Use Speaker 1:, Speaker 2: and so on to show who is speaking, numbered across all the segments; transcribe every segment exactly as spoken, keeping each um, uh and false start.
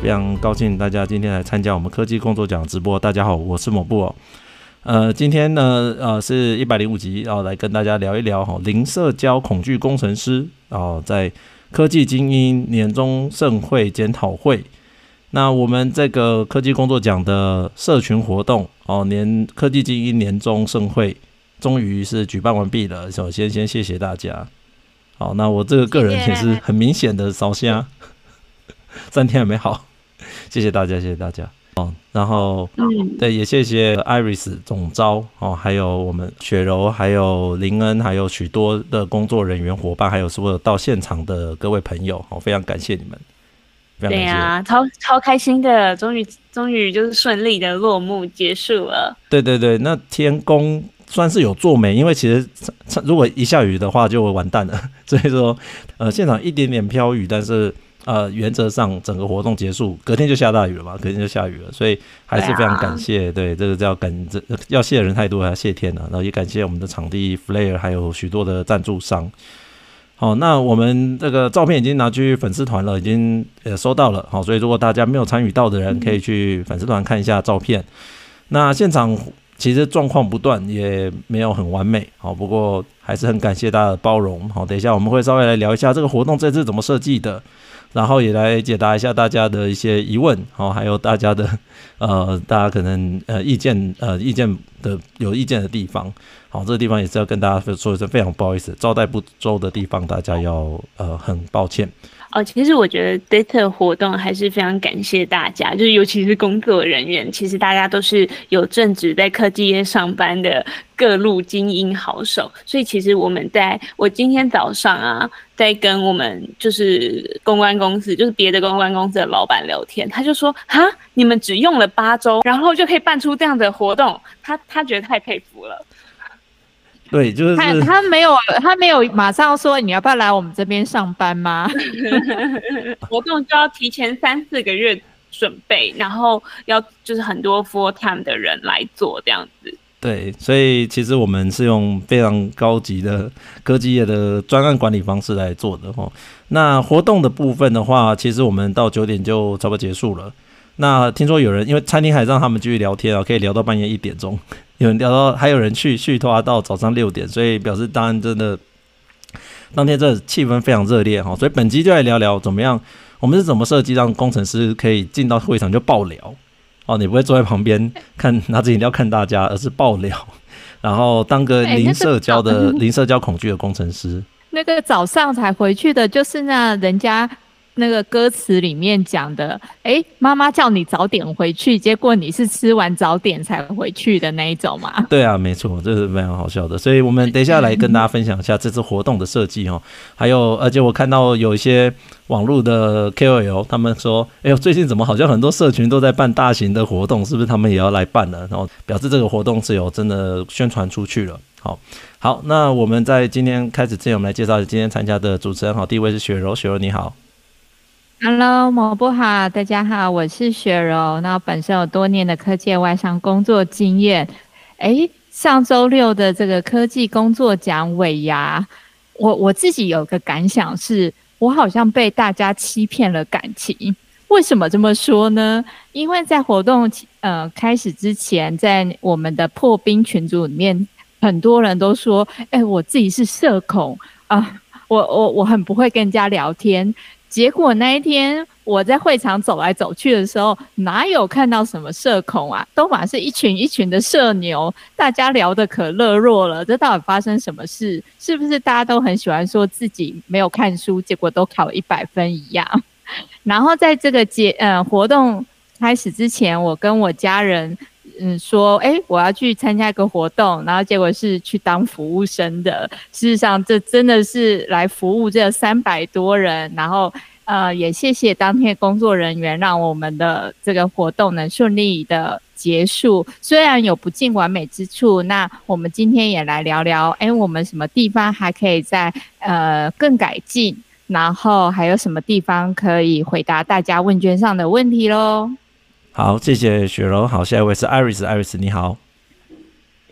Speaker 1: 非常高兴大家今天来参加我们科技工作奖直播。大家好，我是某部哦。呃，今天呢，呃，是一百零五集，然后来跟大家聊一聊哈，零社交恐惧工程师哦，在科技精英年终盛会检讨会。那我们这个科技工作奖的社群活动哦，年科技精英年终盛会终于是举办完毕了。首先，先谢谢大家。好，那我这个个人也是很明显的烧虾，三天还没好，谢谢大家，谢谢大家。哦，然后、嗯、对，也谢谢 Iris 总召哦，还有我们雪柔，还有林恩，还有许多的工作人员伙伴，还有所有到现场的各位朋友，哦，非常感谢你们。
Speaker 2: 对啊，超超开心的，终于终于就是顺利的落幕结束了。
Speaker 1: 对对对，那天公算是有做美，因为其实如果一下雨的话就完蛋了，所以说呃现场一点点飘雨，但是呃原则上整个活动结束，隔天就下大雨了嘛，隔天就下雨了，所以还是非常感谢。对、啊、对，这个叫感要谢的人太多，还要谢天了、啊。然后也感谢我们的场地 Flare， 还有许多的赞助商。好，那我们这个照片已经拿去粉丝团了，已经呃收到了。好，所以如果大家没有参与到的人，可以去粉丝团看一下照片。那现场其实状况不断，也没有很完美。好，不过还是很感谢大家的包容。好，等一下我们会稍微来聊一下这个活动这次怎么设计的，然后也来解答一下大家的一些疑问。好，还有大家的呃，大家可能呃意见呃意见的有意见的地方。好，这个地方也是要跟大家说一声非常不好意思，招待不周的地方大家要呃很抱歉。
Speaker 2: 哦，其实我觉得这次活动还是非常感谢大家，就是尤其是工作人员，其实大家都是有正职在科技业上班的各路精英好手，所以其实我们在我今天早上啊，在跟我们就是公关公司，就是别的公关公司的老板聊天，他就说哈，你们只用了八周，然后就可以办出这样的活动，他他觉得太佩服了。
Speaker 1: 对，就是
Speaker 3: 他他没有他没有马上说你要不要来我们这边上班吗？
Speaker 2: 活动就要提前三四个月准备，然后要就是很多 full time 的人来做这样子。
Speaker 1: 对，所以其实我们是用非常高级的科技业的专案管理方式来做的哦。那活动的部分的话，其实我们到九点就差不多结束了。那听说有人因为餐厅还让他们继续聊天啊，可以聊到半夜一点钟，有人聊到还有人去续拖到早上六点，所以表示当然真的当天这气氛非常热烈哈。所以本集就来聊聊怎么样，我们是怎么设计让工程师可以进到会场就爆聊哦，你不会坐在旁边看拿着饮料看大家，而是爆聊，然后当个零社交的、欸那個、零社交恐惧的工程师。
Speaker 3: 那个早上才回去的，就是那人家那个歌词里面讲的，哎，妈妈叫你早点回去，结果你是吃完早点才回去的那一种嘛？
Speaker 1: 对啊，没错，这是非常好笑的。所以我们等一下来跟大家分享一下这次活动的设计哦，还有而且我看到有一些网络的 K O L 他们说，哎呦，最近怎么好像很多社群都在办大型的活动，是不是他们也要来办了？然后表示这个活动是有真的宣传出去了。好，好，那我们在今天开始之前，我们来介绍今天参加的主持人。好，第一位是雪柔，雪柔你好。
Speaker 3: Hello， 某部好，大家好，我是雪柔。那本身有多年的科技外商工作经验。哎，上周六的这个科技工作奖尾牙，我我自己有个感想是，我好像被大家欺骗了感情。为什么这么说呢？因为在活动呃开始之前，在我们的破冰群组里面，很多人都说，哎，我自己是社恐啊、呃，我我我很不会跟人家聊天。结果那一天我在会场走来走去的时候，哪有看到什么社恐啊，都嘛是一群一群的社牛，大家聊得可热络了。这到底发生什么事？是不是大家都很喜欢说自己没有看书，结果都考一百分一样？然后在这个节呃活动开始之前，我跟我家人嗯说，哎，我要去参加一个活动，然后结果是去当服务生的。事实上，这真的是来服务这三百多人，然后呃也谢谢当天工作人员，让我们的这个活动能顺利的结束。虽然有不尽完美之处，那我们今天也来聊聊，哎，我们什么地方还可以再呃更改进，然后还有什么地方可以回答大家问卷上的问题咯。
Speaker 1: 好，谢谢雪柔。好，下一位是 Iris， Iris 你好。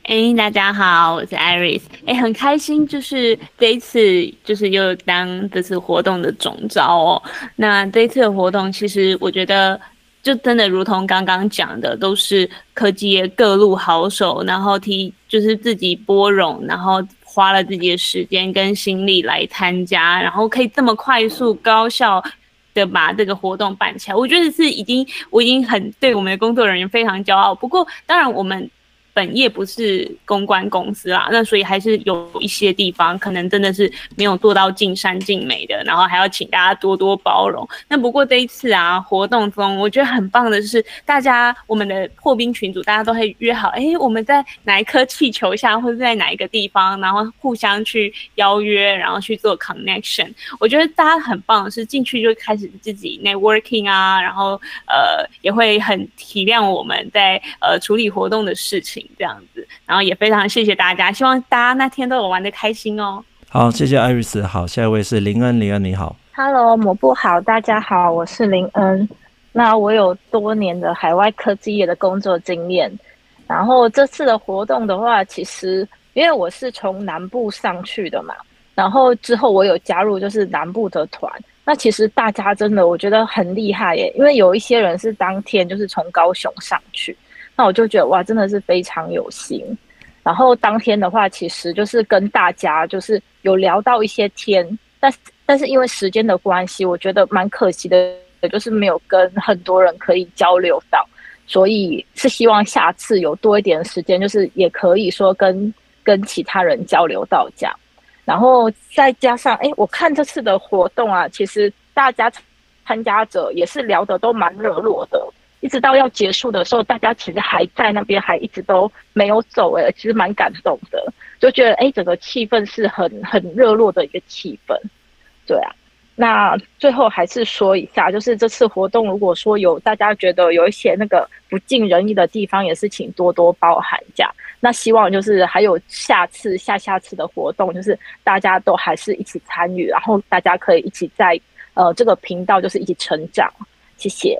Speaker 2: 哎，大家好，我是 Iris。哎，很开心，就是这一次就是又当这次活动的总召哦。那这一次的活动，其实我觉得就真的如同刚刚讲的，都是科技业各路好手，然后提就是自己拨冗，然后花了自己的时间跟心力来参加，然后可以这么快速高效的把这个活动办起来，我觉得是已经我已经很对我们的工作人员非常骄傲。不过，当然我们本业不是公关公司啦，那所以还是有一些地方可能真的是没有做到尽善尽美的，然后还要请大家多多包容。那不过这一次啊，活动中我觉得很棒的是，大家我们的破冰群组大家都会约好，哎，我们在哪一颗气球下，或者在哪一个地方，然后互相去邀约，然后去做 connection。我觉得大家很棒的是进去就开始自己 networking 啊，然后呃也会很体谅我们在呃处理活动的事情。这样子，然后也非常谢谢大家，希望大家那天都有玩得开心哦。
Speaker 1: 好，谢谢 Iris。 好，下一位是林恩。林恩你好。
Speaker 4: Hello， 抹布好，大家好，我是林恩。那我有多年的海外科技业的工作经验，然后这次的活动的话，其实因为我是从南部上去的嘛，然后之后我有加入就是南部的团，那其实大家真的我觉得很厉害耶，因为有一些人是当天就是从高雄上去，那我就觉得哇，真的是非常有心。然后当天的话，其实就是跟大家就是有聊到一些天，但是但是因为时间的关系，我觉得蛮可惜的，就是没有跟很多人可以交流到，所以是希望下次有多一点时间，就是也可以说跟跟其他人交流到这样。然后再加上，哎，我看这次的活动啊，其实大家参加者也是聊得都蛮热络的。一直到要结束的时候，大家其实还在那边，还一直都没有走，哎，其实蛮感动的，就觉得哎，整个气氛是很很热络的一个气氛，对啊。那最后还是说一下，就是这次活动，如果说有大家觉得有一些那个不尽人意的地方，也是请多多包涵这样。那希望就是还有下次、下下次的活动，就是大家都还是一起参与，然后大家可以一起在呃这个频道就是一起成长。谢谢。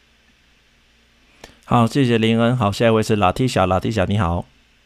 Speaker 1: 好，谢谢林恩。好，下一位是拉蒂莎。拉蒂莎你好。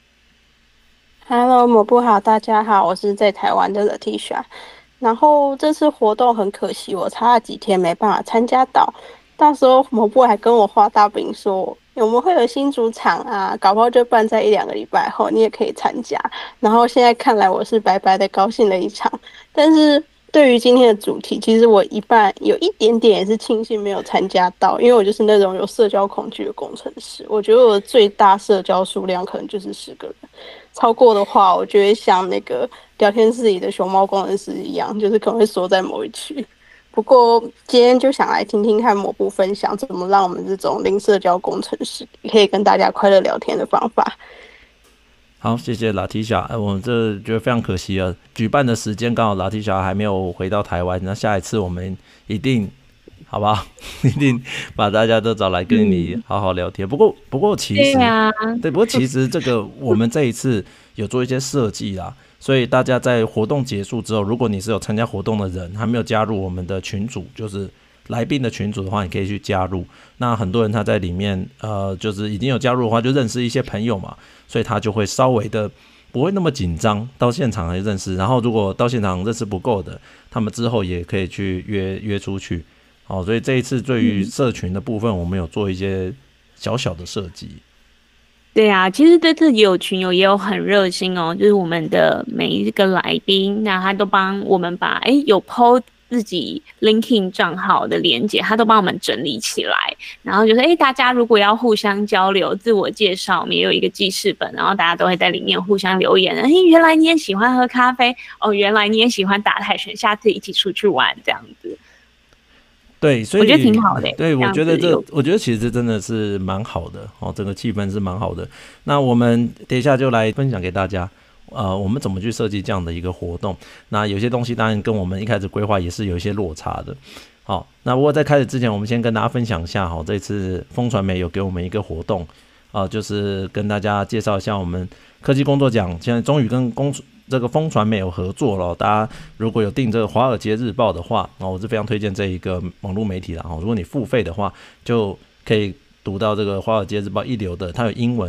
Speaker 5: Hello， 抹布好，大家好，我是在台湾的 Latisha。然后这次活动很可惜，我差了几天没办法参加到。到时候抹布还跟我画大饼说，我们会有新主场啊，搞不好就办在一两个礼拜后，你也可以参加。然后现在看来，我是白白的高兴了一场。但是对于今天的主题，其实我一半有一点点也是庆幸没有参加到，因为我就是那种有社交恐惧的工程师。我觉得我的最大社交数量可能就是十个人，超过的话，我就会像那个聊天室里的熊猫工程师一样，就是可能会缩在某一区。不过今天就想来听听看抹布分享怎么让我们这种零社交工程师可以跟大家快乐聊天的方法。
Speaker 1: 好，谢谢拉提莎。我这觉得非常可惜了，举办的时间刚好拉提莎还没有回到台湾，那下一次我们一定，好不好？一定把大家都找来跟你好好聊天。不过，不过其实，
Speaker 2: 对啊，
Speaker 1: 对，不过其实这个我们这一次有做一些设计啦，所以大家在活动结束之后，如果你是有参加活动的人，还没有加入我们的群组，就是来宾的群组的话，你可以去加入。那很多人他在里面，呃，就是已经有加入的话，就认识一些朋友嘛，所以他就会稍微的不会那么紧张，到现场来认识。然后如果到现场认识不够的，他们之后也可以去约约出去。好，所以这一次对于社群的部分，我们有做一些小小的设计。
Speaker 2: 对啊，其实这次也有群友也有很热心哦，就是我们的每一个来宾，那他都帮我们把哎有 P O 自己 LinkedIn 账号的连结，他都帮我们整理起来，然后就是哎大家如果要互相交流、自我介绍，我们也有一个记事本，然后大家都会在里面互相留言。哎，原来你也喜欢喝咖啡哦，原来你也喜欢打泰拳，下次一起出去玩这样子。
Speaker 1: 对，所以
Speaker 2: 我觉得挺好的。
Speaker 1: 对，我觉得这，我觉得其实真的是蛮好的哦，整个气氛是蛮好的。那我们等一下就来分享给大家，呃，我们怎么去设计这样的一个活动。那有些东西当然跟我们一开始规划也是有一些落差的。好，那不过在开始之前，我们先跟大家分享一下哈，这次风传媒有给我们一个活动，啊、呃，就是跟大家介绍一下我们科技工作奖，现在终于跟公这个风传媒有合作了。大家如果有订这个华尔街日报的话，哦，我是非常推荐这一个网络媒体啦。如果你付费的话，就可以读到这个华尔街日报一流的，它有英文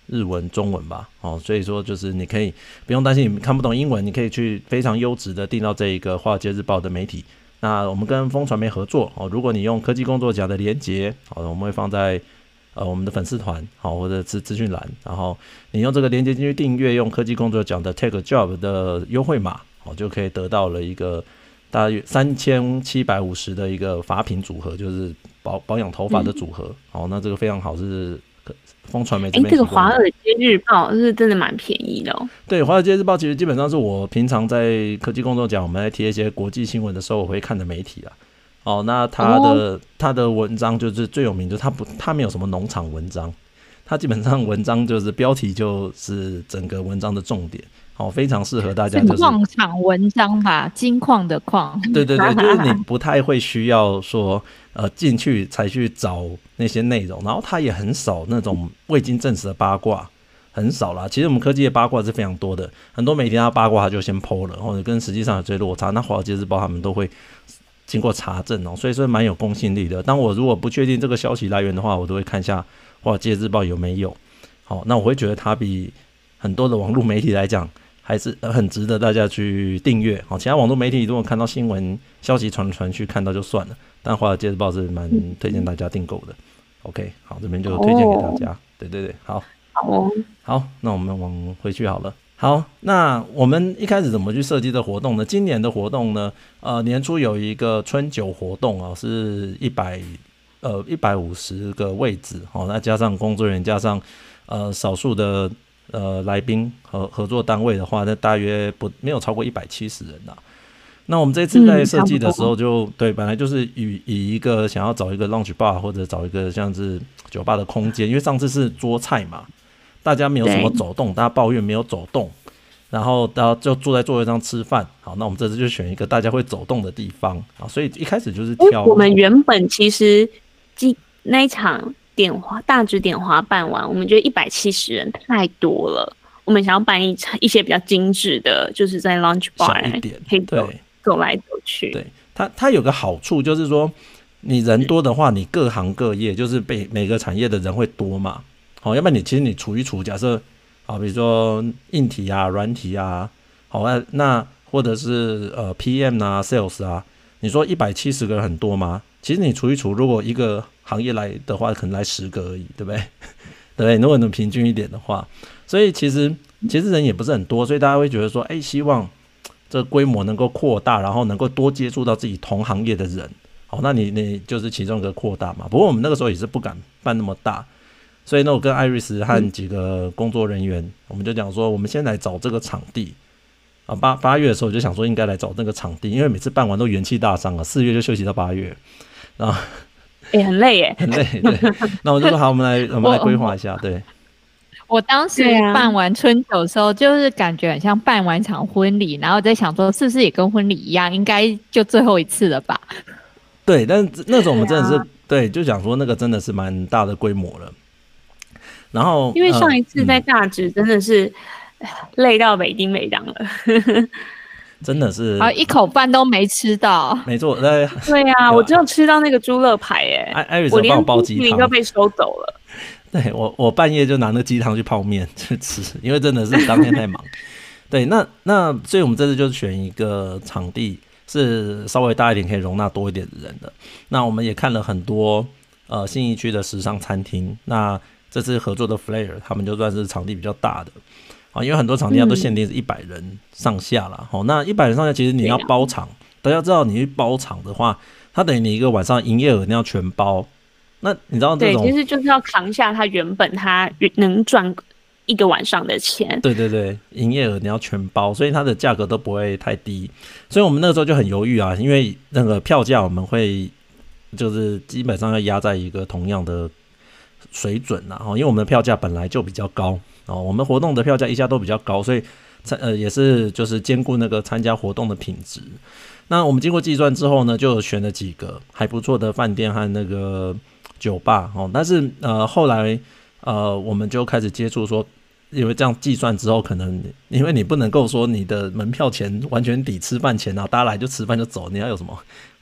Speaker 1: 日文、中文吧，哦，所以说就是你可以不用担心你看不懂英文，你可以去非常优质的订到这一个华尔街日报的媒体。那我们跟风传媒合作，哦，如果你用科技工作奖的连结，哦，我们会放在呃我们的粉丝团，好，或者资资讯栏，然后你用这个连结进去订阅，用科技工作奖的 Take a Job 的优惠码，哦，就可以得到了一个大约三千七百五十的一个发品组合，就是保保养头发的组合，嗯，哦，那这个非常好，是风传媒这边。
Speaker 2: 哎，这个华尔街日报是真的蛮便宜的哦。
Speaker 1: 对，华尔街日报其实基本上是我平常在科技工作奖，我们在贴一些国际新闻的时候，我会看的媒体啊。哦，那他的、哦、他的文章就是最有名，就是他不他没有什么农场文章，他基本上文章就是标题就是整个文章的重点。哦，非常适合大家，就是
Speaker 3: 矿场文章吧，金矿的矿。
Speaker 1: 对对对，就是你不太会需要说，呃，进去才去找那些内容，然后它也很少那种未经证实的八卦，很少啦。其实我们科技的八卦是非常多的，很多媒体它八卦它就先 po 了，或者跟实际上有些落差。那华尔街日报他们都会经过查证哦，所以说蛮有公信力的。当我如果不确定这个消息来源的话，我都会看一下华尔街日报有没有。好，那我会觉得它比很多的网络媒体来讲，还是很值得大家去订阅。好，其他网络媒体如果看到新闻消息传传去看到就算了，但华尔街日报是蛮推荐大家订购的。OK， 好，这边就推荐给大家。哦、对对对，好，
Speaker 2: 好，
Speaker 1: 好，那我们往回去好了。好，那我们一开始怎么去设计的活动呢？今年的活动呢，呃，年初有一个春酒活动啊，是一百呃一百五十个位置，哦，那加上工作人员，加上呃少数的。呃，来宾和合作单位的话，那大约不没有超过一百七十人啦。那我们这次在设计的时候就，就、嗯、对，本来就是以以一个想要找一个 lunch bar 或者找一个像是酒吧的空间，因为上次是桌菜嘛，大家没有什么走动，大家抱怨没有走动，然后大家就坐在座位上吃饭。好，那我们这次就选一个大家会走动的地方啊，所以一开始就是挑。
Speaker 2: 我们原本其实那一场。点滑大直点滑办完，我们觉得一百七十人太多了，我们想要办一场一些比较精致的，就是在 lunch bar
Speaker 1: 一点，
Speaker 2: 可以走走来走去。
Speaker 1: 对，它它有个好处就是说，你人多的话，你各行各业就是被每个产业的人会多嘛。好、哦，要不然你其实你除一除，假设啊，比如说硬体啊、软体啊，好，那那或者是呃 P M 啊、sales 啊，你说一百七十个人很多吗？其实你除一除，如果一个行业来的话，可能来十个而已，对不对？对不对？如果能平均一点的话，所以其实其实人也不是很多，所以大家会觉得说，哎，希望这个规模能够扩大，然后能够多接触到自己同行业的人。好，那你你就是其中一个扩大嘛。不过我们那个时候也是不敢办那么大，所以呢，我跟艾瑞斯和几个工作人员，嗯、我们就讲说，我们先来找这个场地。啊，八八月的时候我就想说应该来找那个场地，因为每次办完都元气大伤啊，四月就休息到八月，然后。
Speaker 2: 也、欸、很累耶，
Speaker 1: 很累。对，那我就说好，我们来我们来规划一下。对，
Speaker 3: 我当时办完春酒的时候，就是感觉很像办完场婚礼，然后在想说，是不是也跟婚礼一样，应该就最后一次了吧？
Speaker 1: 对，但那种我们真的是 对,、啊、对，就讲说那个真的是蛮大的规模了。然后，
Speaker 2: 因为上一次在大直真的是累到北丁北当了。
Speaker 1: 真的是
Speaker 3: 啊，一口饭都没吃到。
Speaker 1: 没错，对
Speaker 2: 对啊，我只有吃到那个猪肋排耶，
Speaker 1: 艾艾瑞斯帮我包鸡汤，
Speaker 2: 都被收走了。
Speaker 1: 对我，我半夜就拿那个鸡汤去泡面去吃，因为真的是当天太忙。对，那那所以我们这次就选一个场地是稍微大一点，可以容纳多一点的人的。那我们也看了很多呃信义区的时尚餐厅，那这次合作的 Flair 他们就算是场地比较大的。因为很多场地它都限定是一百人上下啦、嗯、那一百人上下其实你要包场、啊、大家知道你去包场的话，它等于你一个晚上营业额你要全包，那你知道这种
Speaker 2: 对，其实就是要扛下它原本它能赚一个晚上的钱，
Speaker 1: 对对对，营业额你要全包，所以它的价格都不会太低，所以我们那个时候就很犹豫啊，因为那个票价我们会就是基本上要压在一个同样的水准啦，因为我们的票价本来就比较高哦，我们活动的票价一下都比较高，所以呃也是就是兼顾那个参加活动的品质。那我们经过计算之后呢，就选了几个还不错的饭店和那个酒吧哦，但是呃后来呃我们就开始接触说，因为这样计算之后，可能因为你不能够说你的门票钱完全抵吃饭钱啊，大家来就吃饭就走，你要有什么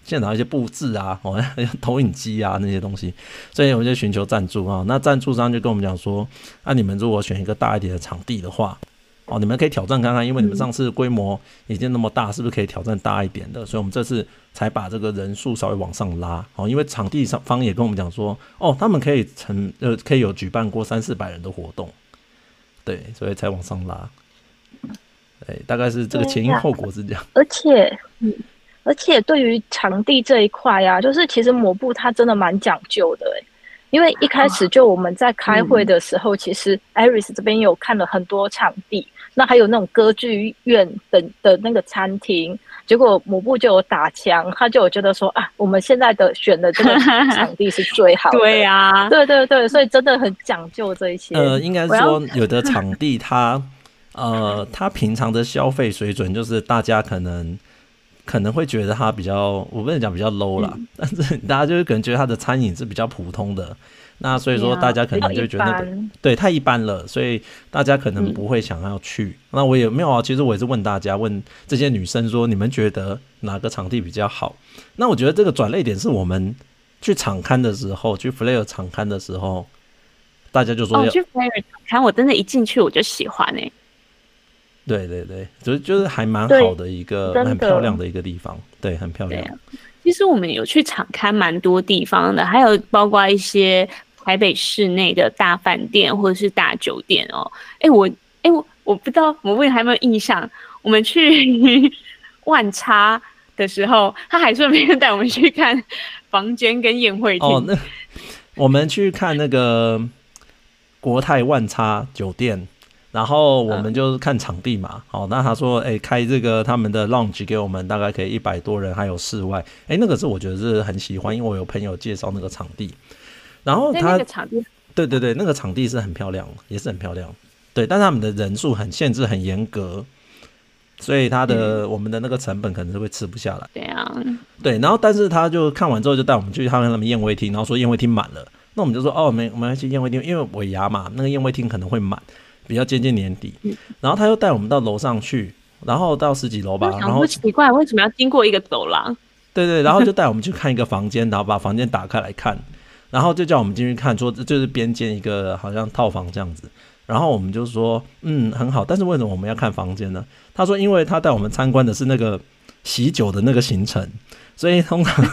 Speaker 1: 现场一些布置啊，哦，投影机啊那些东西，所以我们就寻求赞助啊。那赞助商就跟我们讲说，啊，你们如果选一个大一点的场地的话，哦，你们可以挑战看看，因为你们上次规模已经那么大，是不是可以挑战大一点的？所以我们这次才把这个人数稍微往上拉。哦，因为场地方也跟我们讲说，哦，他们可以成呃可以有举办过三四百人的活动，对，所以才往上拉。对，大概是这个前因后果是这样。
Speaker 4: 而且，嗯。而且对于场地这一块啊，就是其实抹布它真的蛮讲究的、欸、因为一开始就我们在开会的时候，嗯、其实 Iris 这边有看了很多场地，那还有那种歌剧院的的那个餐厅，结果抹布就有打枪，他就有觉得说啊，我们现在的选的这个场地是最好的。
Speaker 2: 对啊，
Speaker 4: 对对对，所以真的很讲究这一些。
Speaker 1: 呃，应该说有的场地它呃，它平常的消费水准就是大家可能。可能会觉得它比较，我不能讲比较 low 啦，嗯、但是大家就会可能觉得它的餐饮是比较普通的，那所以说大家可能就觉得那个、对太一般了，所以大家可能不会想要去。嗯、那我也没有啊，其实我也是问大家，问这些女生说，你们觉得哪个场地比较好？那我觉得这个转捩点是我们去场勘的时候，去 Flair 场勘的时候，大家就说要、
Speaker 2: 哦、去 Flair 场勘，我真的一进去我就喜欢哎、欸。
Speaker 1: 对对对，就就是还蛮好的一个很漂亮的一个地方，对，很漂亮。
Speaker 2: 啊、其实我们有去场勘蛮多地方的，还有包括一些台北市内的大饭店或者是大酒店哦。哎，我哎我我不知道我问还有没有印象，我们去万差的时候，他还顺便带我们去看房间跟宴会厅。
Speaker 1: 哦，那我们去看那个国泰万差酒店。然后我们就看场地嘛，好、嗯哦，那他说，哎，开这个他们的 lounge 给我们，大概可以一百多人，还有室外，哎，那个是我觉得是很喜欢，因为我有朋友介绍那个场地，然后他，
Speaker 2: 那个场地，
Speaker 1: 对对对，那个场地是很漂亮，也是很漂亮，对，但是他们的人数很限制，很严格，所以他的、嗯、我们的那个成本可能是会吃不下来，
Speaker 2: 对啊，
Speaker 1: 对，然后但是他就看完之后就带我们去他们他们宴会厅，然后说宴会厅满了，那我们就说哦，没我们要去宴会厅，因为尾牙嘛，那个宴会厅可能会满。比较接近年底，然后他又带我们到楼上去，然后到十几楼吧，然后
Speaker 2: 奇怪为什么要经过一个走廊？
Speaker 1: 对对，然后就带我们去看一个房间，然后把房间打开来看，然后就叫我们进去看，说就是边间一个好像套房这样子，然后我们就说嗯很好，但是为什么我们要看房间呢？他说因为他带我们参观的是那个喜酒的那个行程，所以通常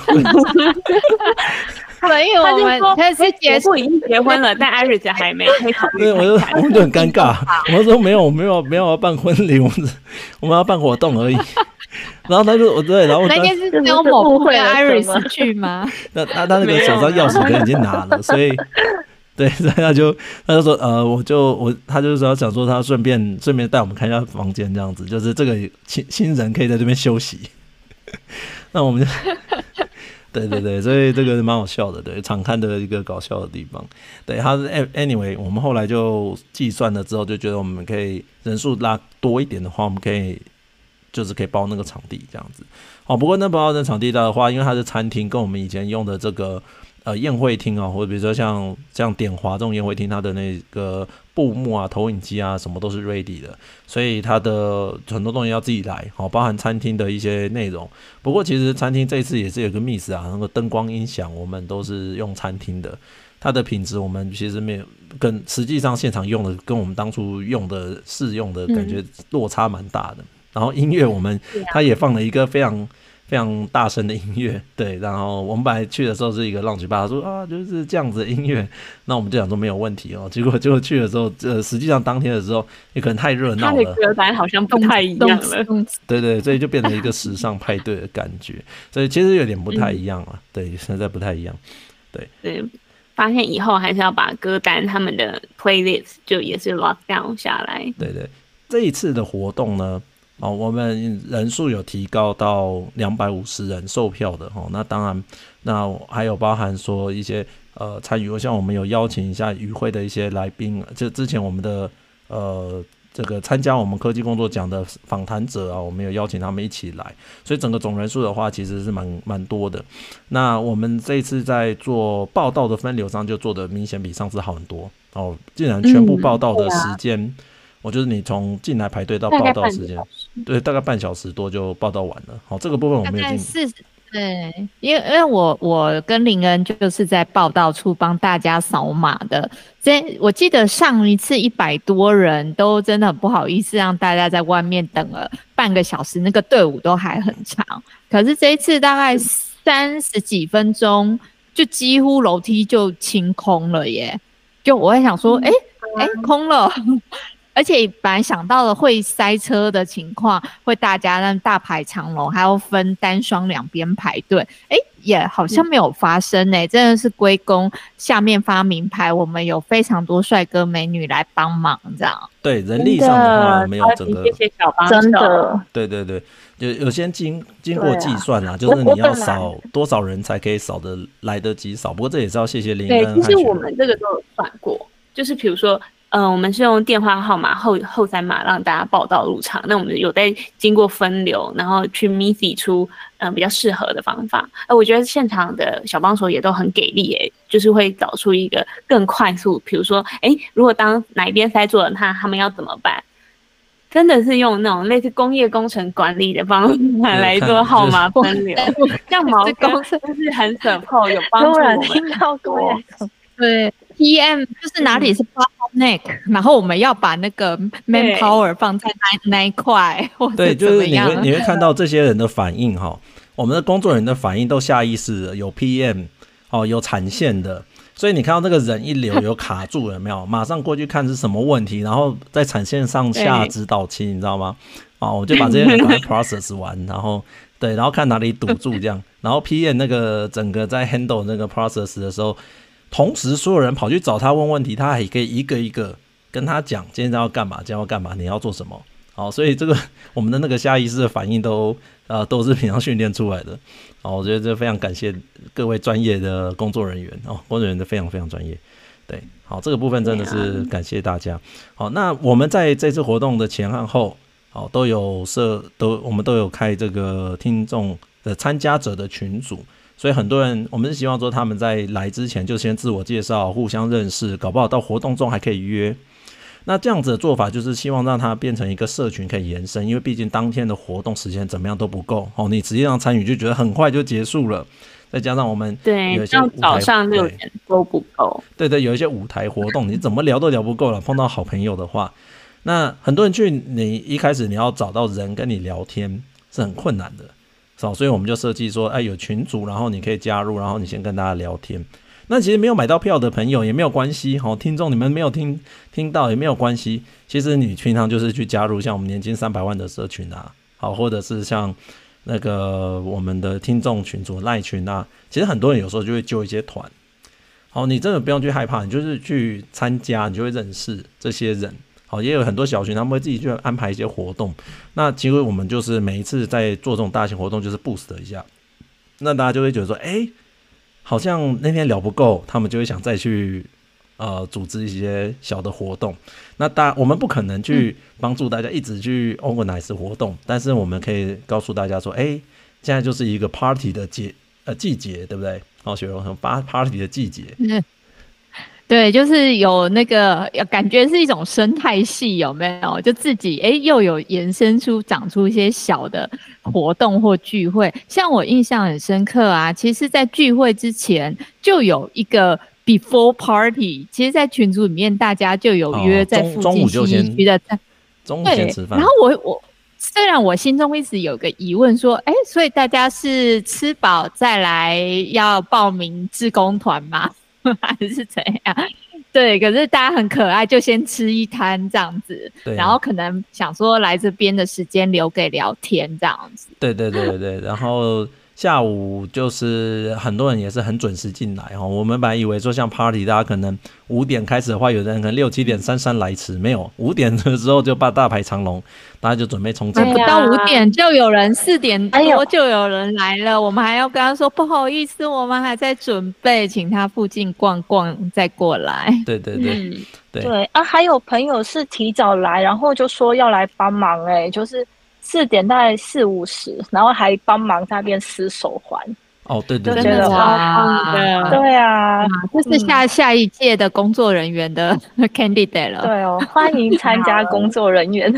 Speaker 3: 所以我们他是结束
Speaker 2: 已经结婚了，但 Iris 还没，可以考虑。
Speaker 1: 对，我就我们就很尴尬，我们说没有，我没有没有要办婚礼，我们我们要办活动而已。然后他就我对，然后
Speaker 3: 那天是只有某部分 Iris 去吗？
Speaker 1: 那他他那个手上钥匙可能已经拿了，所以对，所以他就他就说呃，我就我他就是说想说他顺便顺便带我们看一下房间这样子，就是这个新新人可以在这边休息。那我们就。对对对，所以这个蛮好笑的，对，场勘的一个搞笑的地方。对，他是 anyway， 我们后来就计算了之后，就觉得我们可以人数拉多一点的话，我们可以就是可以包那个场地这样子。哦，不过那包那场地的话，因为它是餐厅，跟我们以前用的这个呃宴会厅啊，或者比如说像像典华这种宴会厅，它的那个布幕啊、投影机啊，什么都是 ready 的，所以它的很多东西要自己来，好，包含餐厅的一些内容。不过其实餐厅这一次也是有个 miss 啊，那个灯光音响我们都是用餐厅的，它的品质我们其实没有跟实际上现场用的跟我们当初用的试用的感觉落差蛮大的。嗯、然后音乐我们它也放了一个非常。非常大声的音乐，对，然后我们本来去的时候是一个浪曲吧，他说啊就是这样子的音乐，那我们就想说没有问题哦，结果结果去的时候，呃，实际上当天的时候也可能太热闹了，
Speaker 2: 他的歌单好像不太一样了，
Speaker 1: 对对，所以就变成一个时尚派对的感觉，所以其实有点不太一样了，嗯、对，实在不太一样，对
Speaker 2: 对，发现以后还是要把歌单他们的 playlist 就也是 lock down 下来，
Speaker 1: 对对，这一次的活动呢。哦，我们人数有提高到两百五十人售票的哦，那当然，那还有包含说一些呃参与，像我们有邀请一下与会的一些来宾，就之前我们的呃这个参加我们科技工作奖的访谈者啊，我们有邀请他们一起来，所以整个总人数的话其实是蛮蛮多的。那我们这一次在做报道的分流上就做得明显比上次好很多哦，竟然全部报道的时间。嗯我就是你从进来排队到报到时间，对，大概半小时多就报到完了。好，这个部分我们已经
Speaker 3: 四对，因为因为我我跟林恩就是在报道处帮大家扫码的。这我记得上一次一百多人都真的很不好意思让大家在外面等了半个小时，那个队伍都还很长。可是这一次大概三十几分钟，就几乎楼梯就清空了耶。就我会想说，哎、欸、哎、欸、空了。而且本来想到了会塞车的情况，会大家那大排长龙，还要分单双两边排队，哎，也好像没有发生呢、欸嗯。真的是归功下面发名牌，我们有非常多帅哥美女来帮忙，这样。
Speaker 1: 对，人力上的话没有整个，
Speaker 2: 谢谢小帮手，
Speaker 4: 真的，
Speaker 1: 对对对，有有些经经过计算啦、啊，就是你要扫多少人才可以扫得来得及扫。不过这也是要谢谢林恩。
Speaker 2: 对，其实我们这个都有算过，就是比如说。嗯、呃，我们是用电话号码后后三码让大家报到入场。那我们有在经过分流，然后去 M I S I 出嗯、呃、比较适合的方法。呃，我觉得现场的小帮手也都很给力诶，就是会找出一个更快速，比如说，哎，如果当哪一边塞住了，他他们要怎么办？真的是用那种类似工业工程管理的方法来做号码分流，像毛哥就是很 support 有帮助我们。
Speaker 4: 听到过，
Speaker 3: 对。P M 就是哪里是 bottleneck、嗯、然后我们要把那个 manpower 放在那那一块，
Speaker 1: 对，就是你会你会看到这些人的反应哈，我们的工作人员的反应都下意识的，有 P M 哦，有产线的，所以你看到那个人一流有卡住有没有？马上过去看是什么问题，然后在产线上下指导期，你知道吗？哦，我就把这些人把它 process 完，然后对，然后看哪里堵住这样，然后 P M 那个整个在 handle 那个 process 的时候。同时，所有人跑去找他问问题，他还可以一个一个跟他讲今天要干嘛，今天要干嘛，你要做什么。好，所以这个我们的那个下意识的反应都呃都是平常训练出来的。好，我觉得这非常感谢各位专业的工作人员哦，工作人员的非常非常专业。对，好，这个部分真的是感谢大家。好，那我们在这次活动的前和后，好都有设都我们都有开这个听众的参加者的群组。所以很多人，我们是希望说他们在来之前就先自我介绍，互相认识，搞不好到活动中还可以约。那这样子的做法就是希望让它变成一个社群可以延伸，因为毕竟当天的活动时间怎么样都不够哦，你实际上参与就觉得很快就结束了，再加上我们有一些舞台，
Speaker 2: 早上六点都不够。
Speaker 1: 对对，有一些舞台活动，你怎么聊都聊不够了。碰到好朋友的话，那很多人去，你一开始你要找到人跟你聊天是很困难的。所以我们就设计说，哎，有群组，然后你可以加入，然后你先跟大家聊天。那其实没有买到票的朋友也没有关系，好，听众你们没有听听到也没有关系。其实你平常就是去加入像我们年薪三百万的社群啊，好，或者是像那个我们的听众群组赖群啊，其实很多人有时候就会揪一些团。好，你真的不用去害怕，你就是去参加，你就会认识这些人。好，也有很多小群他们会自己去安排一些活动。那其实我们就是每一次在做这种大型活动就是 boost 一下，那大家就会觉得说，哎，好像那天聊不够，他们就会想再去呃组织一些小的活动。那大我们不可能去帮助大家一直去 organize 活动，但是我们可以告诉大家说，哎，现在就是一个 party 的节呃季节，对不对？好，雪蓉很 party 的季节。
Speaker 3: 嗯，对，就是有那个感觉是一种生态系，有没有？就自己哎，又有延伸出长出一些小的活动或聚会。像我印象很深刻啊，其实在聚会之前就有一个 before party， 其实在群组里面大家就有约在附近西一区的，
Speaker 1: 中午先吃饭。
Speaker 3: 然后我我虽然我心中一直有个疑问说，哎，所以大家是吃饱再来要报名志工团吗？还是怎样？对，可是大家很可爱，就先吃一摊这样子，然后可能想说来这边的时间留给聊天这样子。
Speaker 1: 对对对对，然后下午就是很多人也是很准时进来哦。我们本来以为说像 party 大家可能五点开始的话，有的人可能六七点姗姗来迟，没有，五点的时候就把大排长龙，大家就准备冲进来。
Speaker 3: 不到五点就有人，四点多就有人来了，我们还要跟他说不好意思，我们还在准备，请他附近逛逛再过来。
Speaker 1: 对对对、嗯、
Speaker 4: 对对啊，还有朋友是提早来，然后就说要来帮忙，哎、欸，就是四点大概四五十，然后还帮忙在那边撕手环。
Speaker 1: 哦，对对
Speaker 4: 对，
Speaker 3: 真的哇，
Speaker 4: 对啊，
Speaker 3: 这是下、嗯、下一届的工作人员的 candidate 了。
Speaker 4: 对哦，欢迎参加工作人员。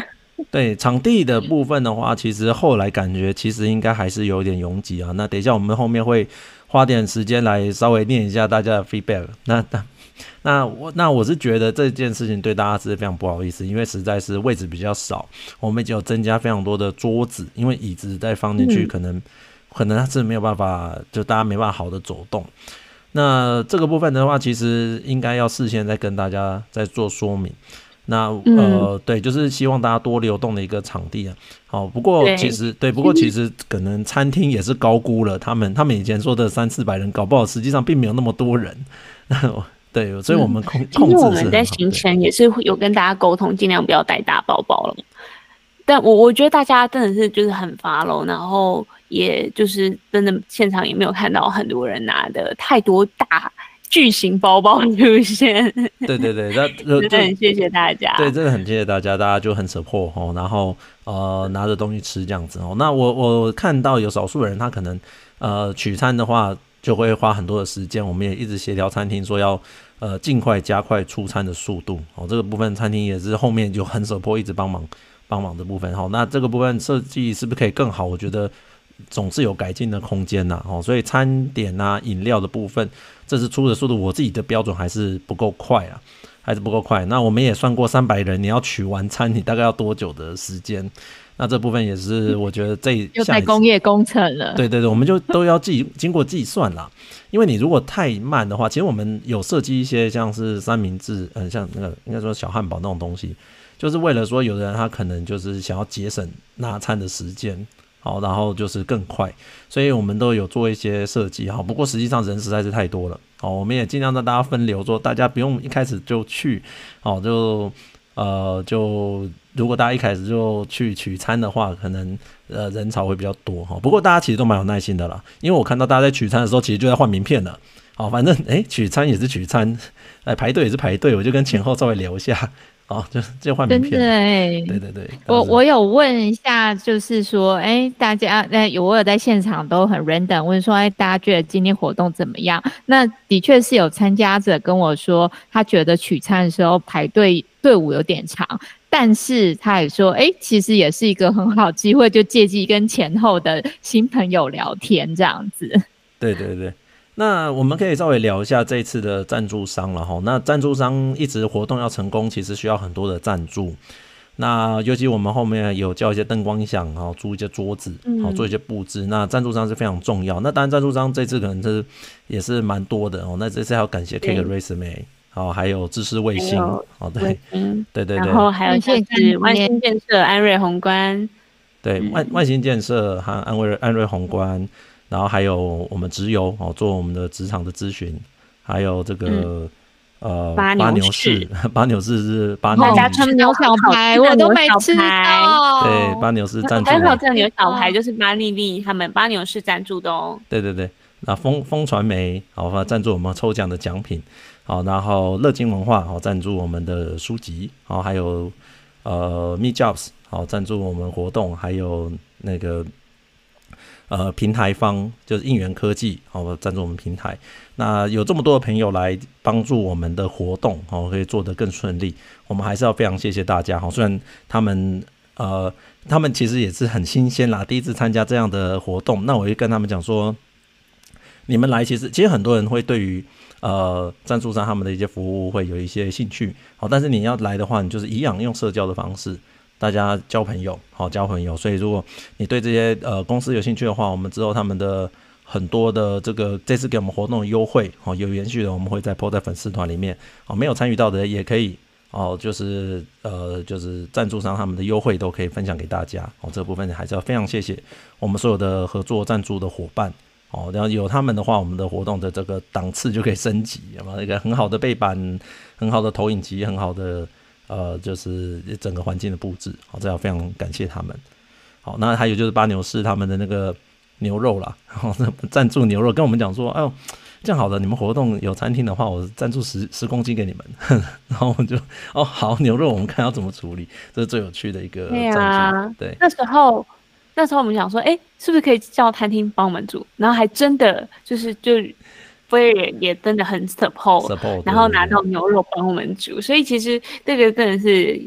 Speaker 1: 对场地的部分的话，其实后来感觉其实应该还是有点拥挤啊。那等一下我们后面会花点时间来稍微念一下大家的 feedback。那那那我那我是觉得这件事情对大家是非常不好意思，因为实在是位置比较少，我们已经有增加非常多的桌子，因为椅子再放进去，可能、嗯、可能它是没有办法，就大家没办法好的走动。那这个部分的话，其实应该要事先再跟大家再做说明。那呃、嗯，对，就是希望大家多流动的一个场地啊。好，不过其实 对, 对，不过其实可能餐厅也是高估了他们，他们以前说的三四百人，搞不好实际上并没有那么多人。对，所以我们控、嗯、控制是很好。其实我
Speaker 2: 们在行前也是有跟大家沟通，尽量不要带大包包了。但我我觉得大家真的是就是很 follow， 然后也就是真的现场也没有看到很多人拿的太多大巨型包包出现。
Speaker 1: 对对对，那
Speaker 2: 真的很谢谢大家。
Speaker 1: 对，真的很谢谢大家，大家就很 support 哦，然后呃拿着东西吃这样子哦。那我我看到有少数人他可能呃取餐的话就会花很多的时间，我们也一直协调餐厅说要呃尽快加快出餐的速度哦。这个部分餐厅也是后面就很 support 一直帮忙帮忙的部分哦。那这个部分设计是不是可以更好？我觉得总是有改进的空间呐哦。所以餐点啊饮料的部分，这次出的速度我自己的标准还是不够快啊，还是不够快。那我们也算过三百人，你要取完餐，你大概要多久的时间？那这部分也是我觉得这一
Speaker 3: 又在工业工程了。
Speaker 1: 对对对，我们就都要计经过计算啦。因为你如果太慢的话，其实我们有设计一些像是三明治，嗯，像那个应该说小汉堡那种东西，就是为了说有的人他可能就是想要节省拿餐的时间。好，然后就是更快，所以我们都有做一些设计。好，不过实际上人实在是太多了。好，我们也尽量让大家分流，说大家不用一开始就去。好，就呃就如果大家一开始就去取餐的话，可能呃人潮会比较多。哈，不过大家其实都蛮有耐心的啦，因为我看到大家在取餐的时候，其实就在换名片了。好，反正哎取餐也是取餐，哎排队也是排队，我就跟前后稍微聊一下。哦，就就换名片，
Speaker 3: 真的哎，
Speaker 1: 对对对，
Speaker 3: 我我有问一下，就是说，哎，大家，哎，有我有在现场都很 random 问说，哎，大家觉得今天活动怎么样？那的确是有参加者跟我说，他觉得取餐的时候排队队伍有点长，但是他也说，哎，其实也是一个很好机会，就借机跟前后的新朋友聊天这样子。
Speaker 1: 对对对。那我们可以稍微聊一下这一次的赞助商了哈。那赞助商一直活动要成功，其实需要很多的赞助。那尤其我们后面有叫一些灯光音响，然后租一些桌子，然后做一些布置。那赞助商是非常重要。那当然赞助商这次可能是也是蛮多的哦。那这次还要感谢 Cake Resume， 哦，还有知识卫星，哦对，对对对，
Speaker 2: 然后还有像是万兴建设、安瑞宏观，
Speaker 1: 对，万万兴建设和安瑞安瑞宏观。然后还有我们职游哦，做我们的职场的咨询，还有这个、嗯、呃
Speaker 2: 巴
Speaker 1: 牛士，巴牛士是巴牛
Speaker 3: 大家吃牛小排，我都没吃到。
Speaker 1: 对，巴牛士赞助。
Speaker 2: 很好，这个牛小排就是巴丽丽他们巴牛士赞助的哦。
Speaker 1: 对对对，那风风传媒好赞助我们抽奖的奖品，好，然后乐金文化好赞助我们的书籍，好，还有呃 Me Jobs 好赞助我们活动，还有那个。呃，平台方就是应援科技，好、哦、赞助我们平台。那有这么多的朋友来帮助我们的活动，好、哦、可以做得更顺利。我们还是要非常谢谢大家，好、哦，虽然他们呃，他们其实也是很新鲜啦，第一次参加这样的活动。那我会跟他们讲说，你们来其实其实很多人会对于呃赞助商他们的一些服务会有一些兴趣，好、哦，但是你要来的话，你就是一样用社交的方式。大家交朋友，好交朋友。所以如果你对这些呃公司有兴趣的话，我们之后他们的很多的这个这次给我们活动的优惠，好有延续的，我们会再 po 在粉丝团里面。好，没有参与到的也可以，哦，就是呃就是赞助商他们的优惠都可以分享给大家。哦，这个部分还是要非常谢谢我们所有的合作赞助的伙伴。哦，然后有他们的话，我们的活动的这个档次就可以升级，有没有一个很好的背板，很好的投影机，很好的。呃，就是整个环境的布置，好，这要非常感谢他们。好，那还有就是巴牛士他们的那个牛肉啦，赞助牛肉，跟我们讲说，哎呦，这样好的，你们活动有餐厅的话，我赞助十十公斤给你们。然后我就，哦，好，牛肉我们看要怎么处理，这是最有趣的一个赞助。对啊，对，
Speaker 2: 那时候那时候我们想说，哎，是不是可以叫餐厅帮我们煮？然后还真的就是就。菲尔也真的很 support，, support 然后拿到牛肉帮我们煮，所以其实这个真的是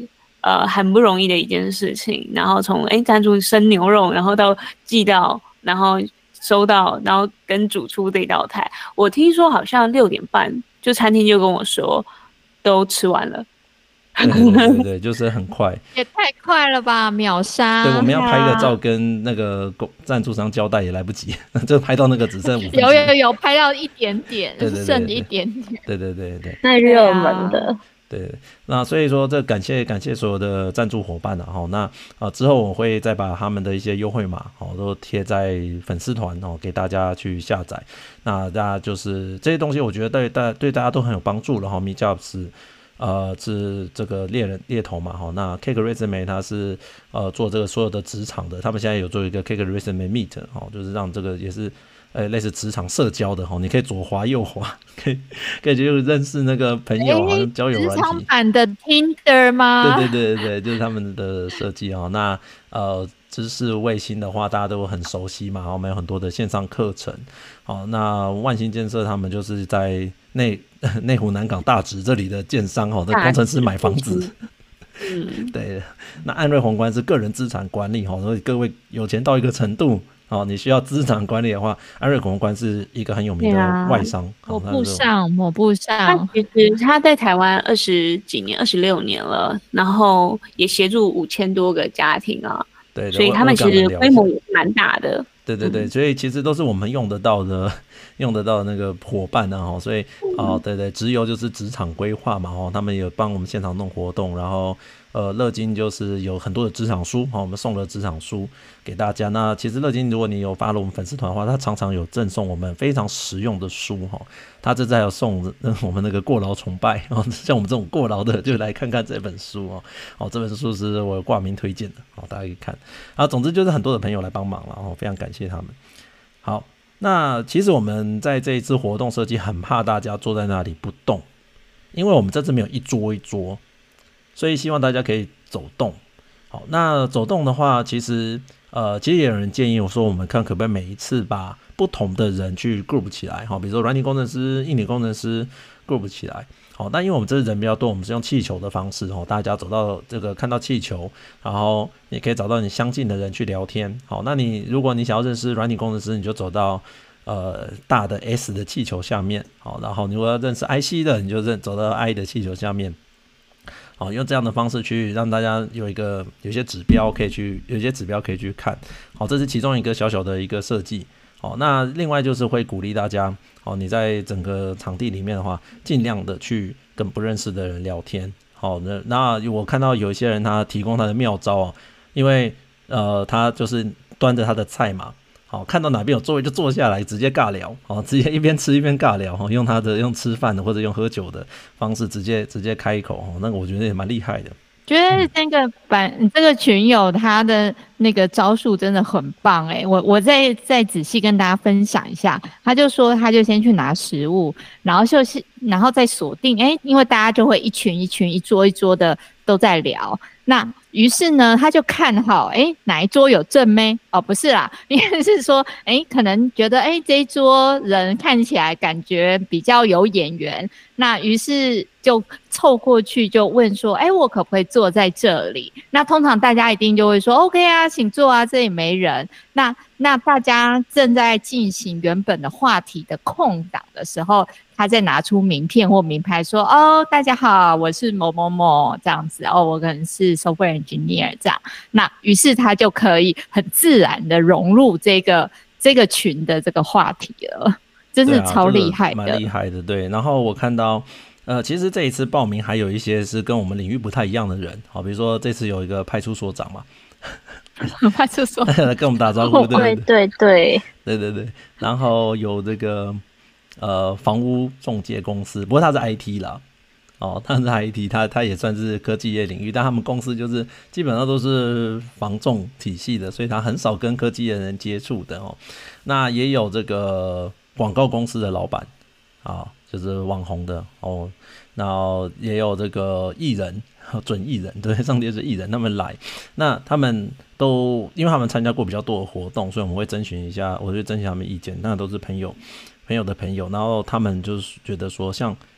Speaker 2: 呃很不容易的一件事情。然后从哎赞助生牛肉，然后到寄到，然后收到，然后跟煮出这道菜，我听说好像六点半就餐厅就跟我说都吃完了。
Speaker 1: 对对对对，就是很快，
Speaker 3: 也太快了吧，秒杀！
Speaker 1: 对，我们要拍个照跟那个赞助商交代也来不及，就拍到那个只剩五分钟。
Speaker 3: 有有有，拍到一点点，
Speaker 1: 对对对对
Speaker 3: 剩一点点。
Speaker 1: 对对对对，
Speaker 4: 太热门的。
Speaker 1: 对，那所以说这感谢感谢所有的赞助伙伴啊，齁那呃之后我会再把他们的一些优惠码哦都贴在粉丝团哦给大家去下载。那大家就是这些东西，我觉得对大对大家都很有帮助了哈。Meetup 呃是这个猎人猎头嘛哈，那 Cake Resume 它是呃做这个所有的职场的，他们现在有做一个 Cake Resume Meet 哦，就是让这个也是。呃，类似职场社交的齁，你可以左滑右滑，可以可以就认识那个朋友，好像交友软体。职场
Speaker 3: 版的 Tinder 吗？
Speaker 1: 对对对对，就是他们的设计哦。那呃，知识卫星的话，大家都很熟悉嘛，我们有很多的线上课程。好，那万兴建设他们就是在内内湖南港大直这里的建商哦，这工程师买房子。嗯，对。那安瑞宏观是个人资产管理哈，所以各位有钱到一个程度。哦，你需要资产管理的话，安瑞宏观是一个很有名的外商。
Speaker 3: 抹布上，抹布上，
Speaker 2: 其实他在台湾二十几年，二十六年了，然后也协助五千多个家庭啊。
Speaker 1: 对，
Speaker 2: 所以他们其实规模也蛮大的。
Speaker 1: 对对对，嗯、所以其实都是我们用得到的、用得到的那个伙伴啊。所以哦，对对，直邮就是职场规划嘛，哦，他们有帮我们现场弄活动，然后。呃，乐金就是有很多的职场书，我们送了职场书给大家。那其实乐金，如果你有发了我们粉丝团的话，他常常有赠送我们非常实用的书哈。他这次还有送我们那个过劳崇拜，像我们这种过劳的就来看看这本书哦。哦，这本书是我挂名推荐的，好，大家可以看。啊，总之就是很多的朋友来帮忙了，然后非常感谢他们。好，那其实我们在这一次活动设计，很怕大家坐在那里不动，因为我们这次没有一桌一桌。所以希望大家可以走动。好，那走动的话，其实呃，其实也有人建议我说，我们看可不可以每一次把不同的人去 group 起来，好，比如说软体工程师、硬体工程师 group 起来。好，那因为我们这人比较多，我们是用气球的方式，哦，大家走到这个看到气球，然后你可以找到你相近的人去聊天。好，那你如果你想要认识软体工程师，你就走到呃大的 S 的气球下面。好，然后你如果要认识 I C 的，你就认走到 I 的气球下面。好，用这样的方式去让大家有一个有些指标可以去有些指标可以去看。好，这是其中一个小小的一个设计。好，那另外就是会鼓励大家，好，你在整个场地里面的话，尽量的去跟不认识的人聊天。好，那那我看到有一些人他提供他的妙招哦，因为呃他就是端着他的菜嘛。好，看到哪边有座位就坐下来，直接尬聊，好，直接一边吃一边尬聊，用他的用吃饭的或者用喝酒的方式，直接直接开口，那个我觉得也蛮厉害的。
Speaker 3: 觉得那个版、嗯、这个群友他的那个招数真的很棒哎、欸，我我再再仔细跟大家分享一下。他就说他就先去拿食物，然后就是然后再锁定哎、欸，因为大家就会一群一群一桌一桌的都在聊。那于是呢，他就看好，哎，哪一桌有正妹？哦，不是啦，应该是说，哎，可能觉得，哎，这一桌人看起来感觉比较有眼缘，那于是就凑过去就问说，哎，我可不可以坐在这里？那通常大家一定就会说 ，OK 啊，请坐啊，这里没人。那那大家正在进行原本的话题的空档的时候，他再拿出名片或名牌说，哦，大家好，我是某某某这样子，哦，我可能是 software engineer 这样。那于是他就可以很自然的融入这个这个群的这个话题了，真是超厉害的，
Speaker 1: 蛮厉害的。对，然后我看到。呃，其实这一次报名还有一些是跟我们领域不太一样的人，好，比如说这次有一个派出所长嘛，
Speaker 3: 派出所
Speaker 1: 来跟我们打招呼，
Speaker 4: 对对对
Speaker 1: 对对对，然后有这个呃房屋中介公司，不过他是 I T 啦，哦，他是 I T， 他他也算是科技业领域，但他们公司就是基本上都是房仲体系的，所以他很少跟科技业人接触的哦。那也有这个广告公司的老板啊。就是网红的哦，然后也有这个艺人，准艺人，对，上帝是艺人，他们来，那他们都因为他们参加过比较多的活动，所以我们会征询一下，我会征询他们意见，那都是朋友，朋友的朋友，然后他们就是觉得说，像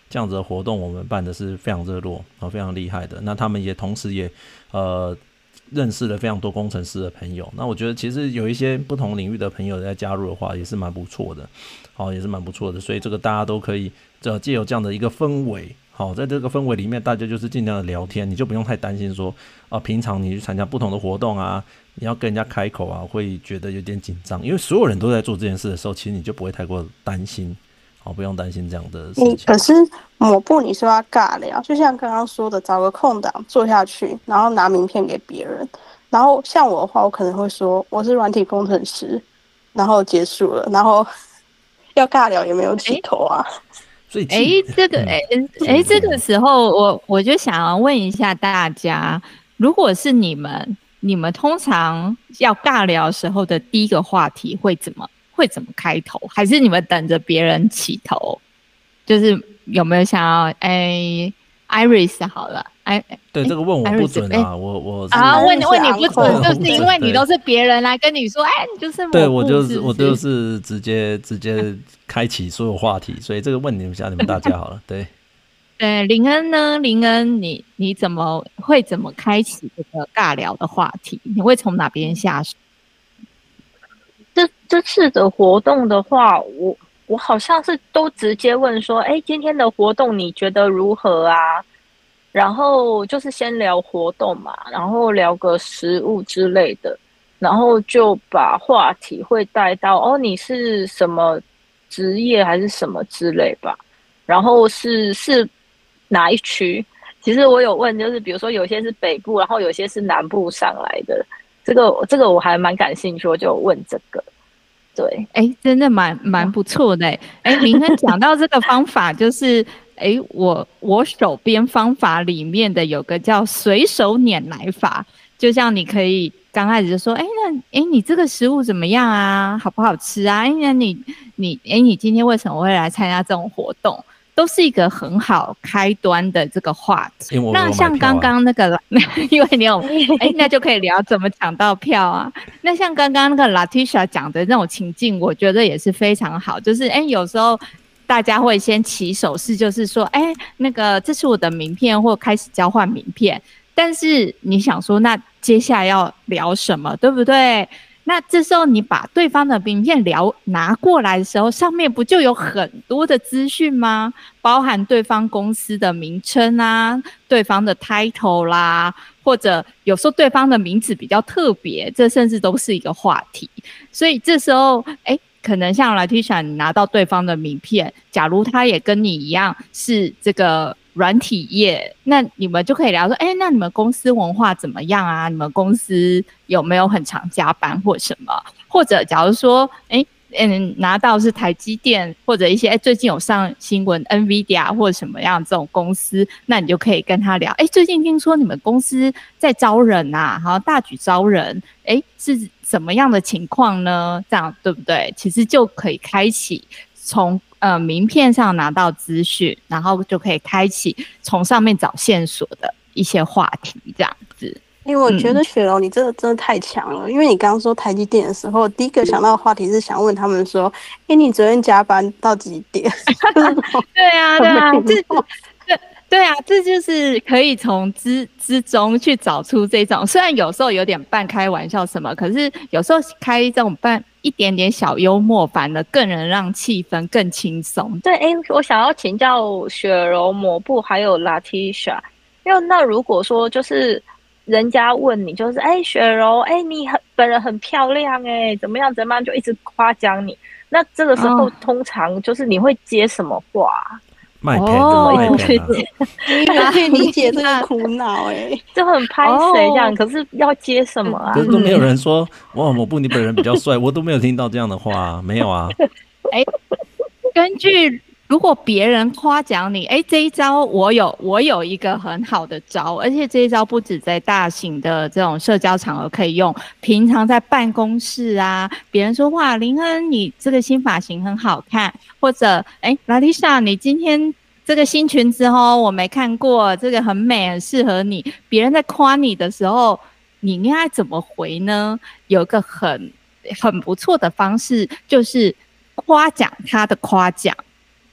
Speaker 1: 这样子的活动我们办的是非常热络，非常厉害的。那他们也同时也呃认识了非常多工程师的朋友。那我觉得其实有一些不同领域的朋友在加入的话，也是蛮不错的，好，也是蛮不错的。所以这个大家都可以呃藉由这样的一个氛围。好，在这个氛围里面，大家就是尽量的聊天，你就不用太担心说，啊，平常你去参加不同的活动啊，你要跟人家开口啊，会觉得有点紧张，因为所有人都在做这件事的时候，其实你就不会太过担心，好，不用担心这样的事情。
Speaker 5: 你可是抹布，你说要尬聊，就像刚刚说的，找个空档坐下去，然后拿名片给别人。然后像我的话，我可能会说我是软体工程师，然后结束了，然后要尬聊也没有起头啊。
Speaker 1: 所以，
Speaker 3: 哎，这个，哎，哎，这个时候我我就想要问一下大家，如果是你们，你们通常要尬聊时候的第一个话题会怎么会怎么开头？还是你们等着别人起头？就是有没有想要，哎 ，Iris 好了，哎，
Speaker 1: 对，这个问我不准啊，我我
Speaker 3: 啊，问问你不准，就是因为你都是别人来跟你说，哎，你就是抹布，
Speaker 1: 对我就是
Speaker 3: 是是
Speaker 1: 我就是直接直接开启所有话题，所以这个问你们下你们大家好了，对。
Speaker 3: 对，林恩呢？林恩你，你你怎么会怎么开启这个尬聊的话题？你会从哪边下手？
Speaker 4: 这这次的活动的话，我我好像是都直接问说，哎，今天的活动你觉得如何啊？然后就是先聊活动嘛，然后聊个食物之类的，然后就把话题会带到哦，你是什么职业还是什么之类吧，然后是是哪一区？其实我有问，就是比如说有些是北部，然后有些是南部上来的，这个这个我还蛮感兴趣，我就有问这个。对，
Speaker 3: 哎，真的蛮蛮不错的哎。哎，林恩讲到这个方法，就是哎，我我手边方法里面的有个叫随手拈来法，就像你可以刚开始就说，哎，那哎你这个食物怎么样啊？好不好吃啊？哎，那你你哎你今天为什么会来参加这种活动？都是一个很好开端的这个话题。
Speaker 1: 因为我
Speaker 3: 那像刚刚那个，因为你有哎，那就可以聊怎么抢到票啊。那像刚刚那个 Latisha 讲的那种情境，我觉得也是非常好。就是哎，有时候大家会先起手势，就是说，哎，那个这是我的名片，或开始交换名片。但是你想说，那接下来要聊什么，对不对？那这时候你把对方的名片聊拿过来的时候，上面不就有很多的资讯吗？包含对方公司的名称啊，对方的 title 啦，或者有时候对方的名字比较特别，这甚至都是一个话题。所以这时候，哎，可能像 Latisha 你拿到对方的名片，假如他也跟你一样是这个软体业，那你们就可以聊说，哎，那你们公司文化怎么样啊？你们公司有没有很常加班或什么？或者假如说，哎，嗯，拿到是台积电或者一些最近有上新闻 NVIDIA 或者什么样这种公司，那你就可以跟他聊，哎，最近听说你们公司在招人啊，好大举招人，哎，是什么样的情况呢？这样对不对？其实就可以开启从呃名片上拿到资讯，然后就可以开启从上面找线索的一些话题，这样子。
Speaker 5: 因为我觉得雪柔你这个真的太强了，嗯、因为你刚刚说台积电的时候，第一个想到的话题是想问他们说，哎，你昨天加班到几点？
Speaker 3: 对啊，对啊，这这对啊，这就是可以从之之中去找出这种，虽然有时候有点半开玩笑什么，可是有时候开这种半一点点小幽默，反而更能让气氛更轻松。
Speaker 4: 对，哎，我想要请教雪柔、抹布还有 Latisha， 因为那如果说就是人家问你，就是哎，雪柔，哎，你很本人很漂亮，哎，怎么样怎么样，就一直夸奖你，那这个时候、哦、通常就是你会接什么话？
Speaker 1: 卖片的卖片的，
Speaker 5: 你可以理解这个苦恼哎，
Speaker 4: 就很拍谁这样，可是要接什么啊？
Speaker 1: 可是都没有人说哇，抹布你本人比较帅，我都没有听到这样的话、啊，没有啊。
Speaker 3: 哎，根据如果别人夸奖你，哎，这一招我有，我有一个很好的招，而且这一招不止在大型的这种社交场合可以用，平常在办公室啊，别人说哇，林恩你这个新发型很好看，或者哎，Latisha你今天这个新裙子哦，我没看过，这个很美，很适合你。别人在夸你的时候，你应该怎么回呢？有一个很很不错的方式，就是夸奖他的夸奖。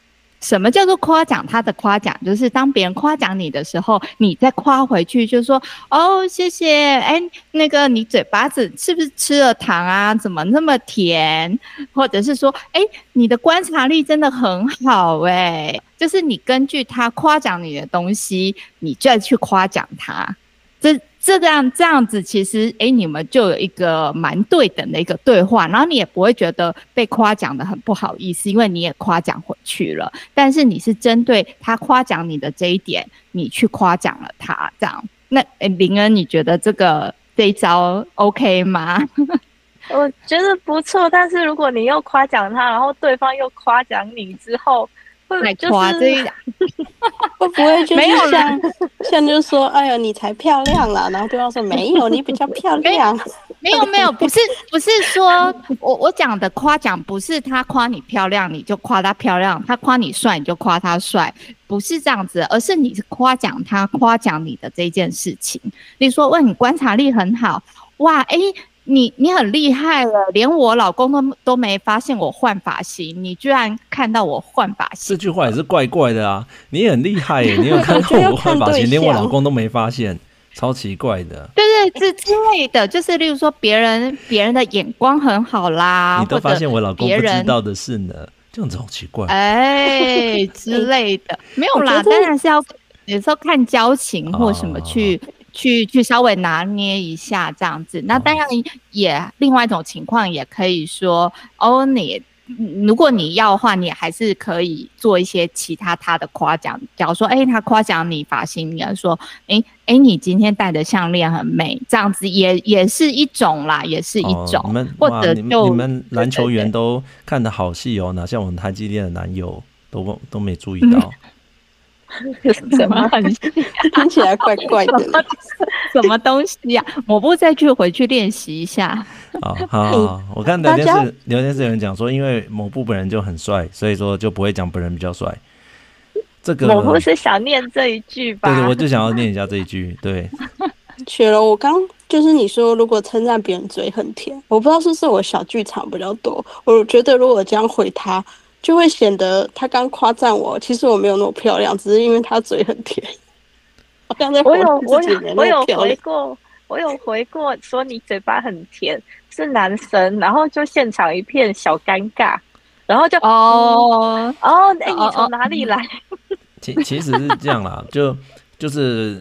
Speaker 3: 什么叫做夸奖？他的夸奖就是当别人夸奖你的时候，你再夸回去，就说哦，谢谢，哎，那个你嘴巴子是不是吃了糖啊？怎么那么甜？或者是说，哎，你的观察力真的很好，哎，就是你根据他夸奖你的东西，你再去夸奖他。这这样这样子，其实哎，你们就有一个蛮对等的一个对话，然后你也不会觉得被夸奖的很不好意思，因为你也夸奖回去了。但是你是针对他夸奖你的这一点，你去夸奖了他，这样。那林恩，你觉得这个这一招 OK 吗？
Speaker 4: 我觉得不错，但是如果你又夸奖他，然后对方又夸奖你之后，
Speaker 3: 来夸这一
Speaker 5: 会不会就是像像就是说，哎呀，你才漂亮啦，然后对方说没有，你比较漂亮。
Speaker 3: 没有没有，不是不是说我我讲的夸奖不是他夸你漂亮你就夸他漂亮，他夸你帅你就夸他帅，不是这样子，而是你是夸奖他夸奖你的这件事情。你说哇，你观察力很好，哇，哎。你你很厉害了，连我老公都都没发现我换发型，你居然看到我换发型，
Speaker 1: 这句话也是怪怪的啊！你很厉害耶，你有看到我换发型，连我老公都没发现，超奇怪的。
Speaker 3: 对对，这之类的，就是例如说别人别人的眼光很好啦，
Speaker 1: 你都发现我老公不知道的事呢，这样子好奇怪。
Speaker 3: 哎之类的，没有啦，当然是要有时候看交情或什么去。哦去去稍微拿捏一下这样子，那当然也另外一种情况也可以说哦，你如果你要的话，你还是可以做一些其他他的夸奖。假如说，哎、欸，他夸奖你发型，你要说，哎、欸、哎、欸，你今天戴的项链很美，这样子也也是一种啦，也是一种。哦、
Speaker 1: 你们
Speaker 3: 或者就
Speaker 1: 你们篮球员都看得好细哦，哪像我们台积电的男友都都没注意到。嗯
Speaker 3: 什么很
Speaker 5: 听起来怪怪的，
Speaker 3: 什么东西呀、啊？我不再去回去练习一下。
Speaker 1: 好好好，我看聊天室聊天室有人讲说，因为某部本人就很帅，所以说就不会讲本人比较帅。这个
Speaker 4: 某部是想念这一句吧？
Speaker 1: 对对，我就想要念一下这一句。对，
Speaker 5: 雪柔，我刚就是你说，如果称赞别人嘴很甜，我不知道是不是我小剧场比较多。我觉得如果这样回他。就会显得他刚夸赞我，其实我没有那么漂亮，只是因为他嘴很甜。我刚才
Speaker 4: 我有我有我有回过，我有回过说你嘴巴很甜，是男生，然后就现场一片小尴尬，然后就
Speaker 3: 哦
Speaker 4: 哦，哎、欸，你从哪里来？
Speaker 1: 其其实是这样啦，就就是。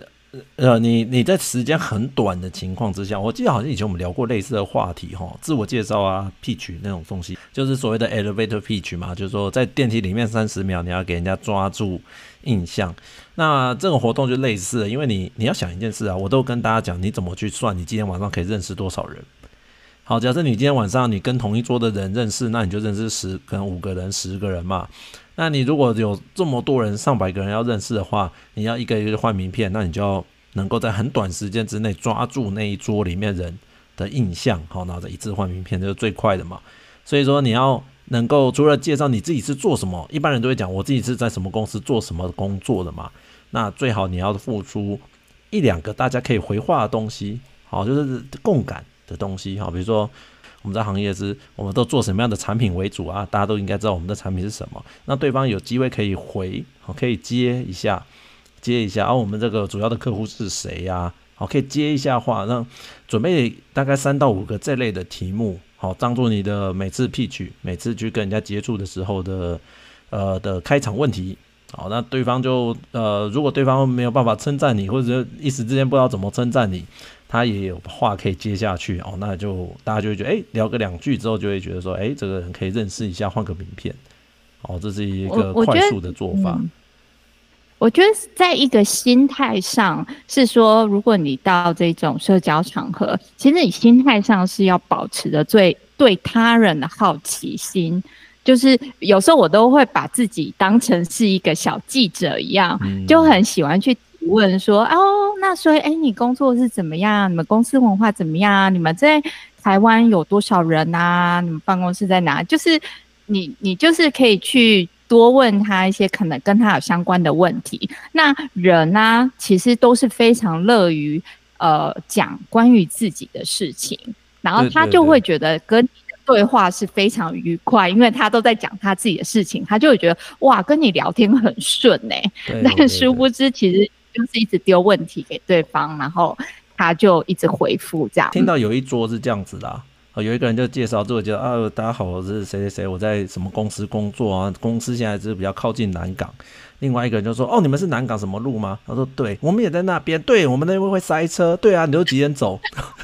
Speaker 1: 呃，你你在时间很短的情况之下，我记得好像以前我们聊过类似的话题哈，自我介绍啊 ，pitch 那种东西，就是所谓的 elevator pitch 嘛，就是说在电梯里面三十秒，你要给人家抓住印象。那这种活动就类似的，因为你你要想一件事啊，我都跟大家讲，你怎么去算你今天晚上可以认识多少人。好，假设你今天晚上你跟同一桌的人认识，那你就认识十，可能五个人、十个人嘛。那你如果有这么多人、上百个人要认识的话，你要一个一个换名片，那你就要能够在很短时间之内抓住那一桌里面人的印象，好，然后再一次换名片，这是最快的嘛。所以说你要能够除了介绍你自己是做什么，一般人都会讲我自己是在什么公司做什么工作的嘛。那最好你要付出一两个大家可以回话的东西，好，就是共感的东西，好，比如说。我们在行业是，我们都做什么样的产品为主啊？大家都应该知道我们的产品是什么。那对方有机会可以回，可以接一下，接一下。而、啊、我们这个主要的客户是谁呀、啊？好，可以接一下话，那准备大概三到五个这类的题目，好，当做你的每次 pitch， 每次去跟人家接触的时候的呃的开场问题。好，那对方就呃，如果对方没有办法称赞你，或者一时之间不知道怎么称赞你。他也有话可以接下去哦，那就大家就会觉得，哎、欸，聊个两句之后，就会觉得说，哎、欸，这个人可以认识一下，换个名片，哦，这是一个快速的做法。
Speaker 3: 嗯、我觉得在一个心态上是说，如果你到这种社交场合，其实你心态上是要保持着最对他人的好奇心。就是有时候我都会把自己当成是一个小记者一样，嗯、就很喜欢去。问说哦，那所以哎，你工作是怎么样？你们公司文化怎么样？你们在台湾有多少人啊？你们办公室在哪？就是你，你就是可以去多问他一些可能跟他有相关的问题。那人啊，其实都是非常乐于呃讲关于自己的事情，然后他就会觉得跟你的对话是非常愉快，因为他都在讲他自己的事情，他就会觉得哇，跟你聊天很顺欸。但殊不知其实就是一直丢问题给对方，然后他就一直回复这样。
Speaker 1: 听到有一桌是这样子啦，有一个人就介绍自我介绍啊，大家好，我是谁谁谁，我在什么公司工作啊，公司现在是比较靠近南港。另外一个人就说哦，你们是南港什么路吗？他说对，我们也在那边，对，我们那边会塞车，对啊，你都几点走？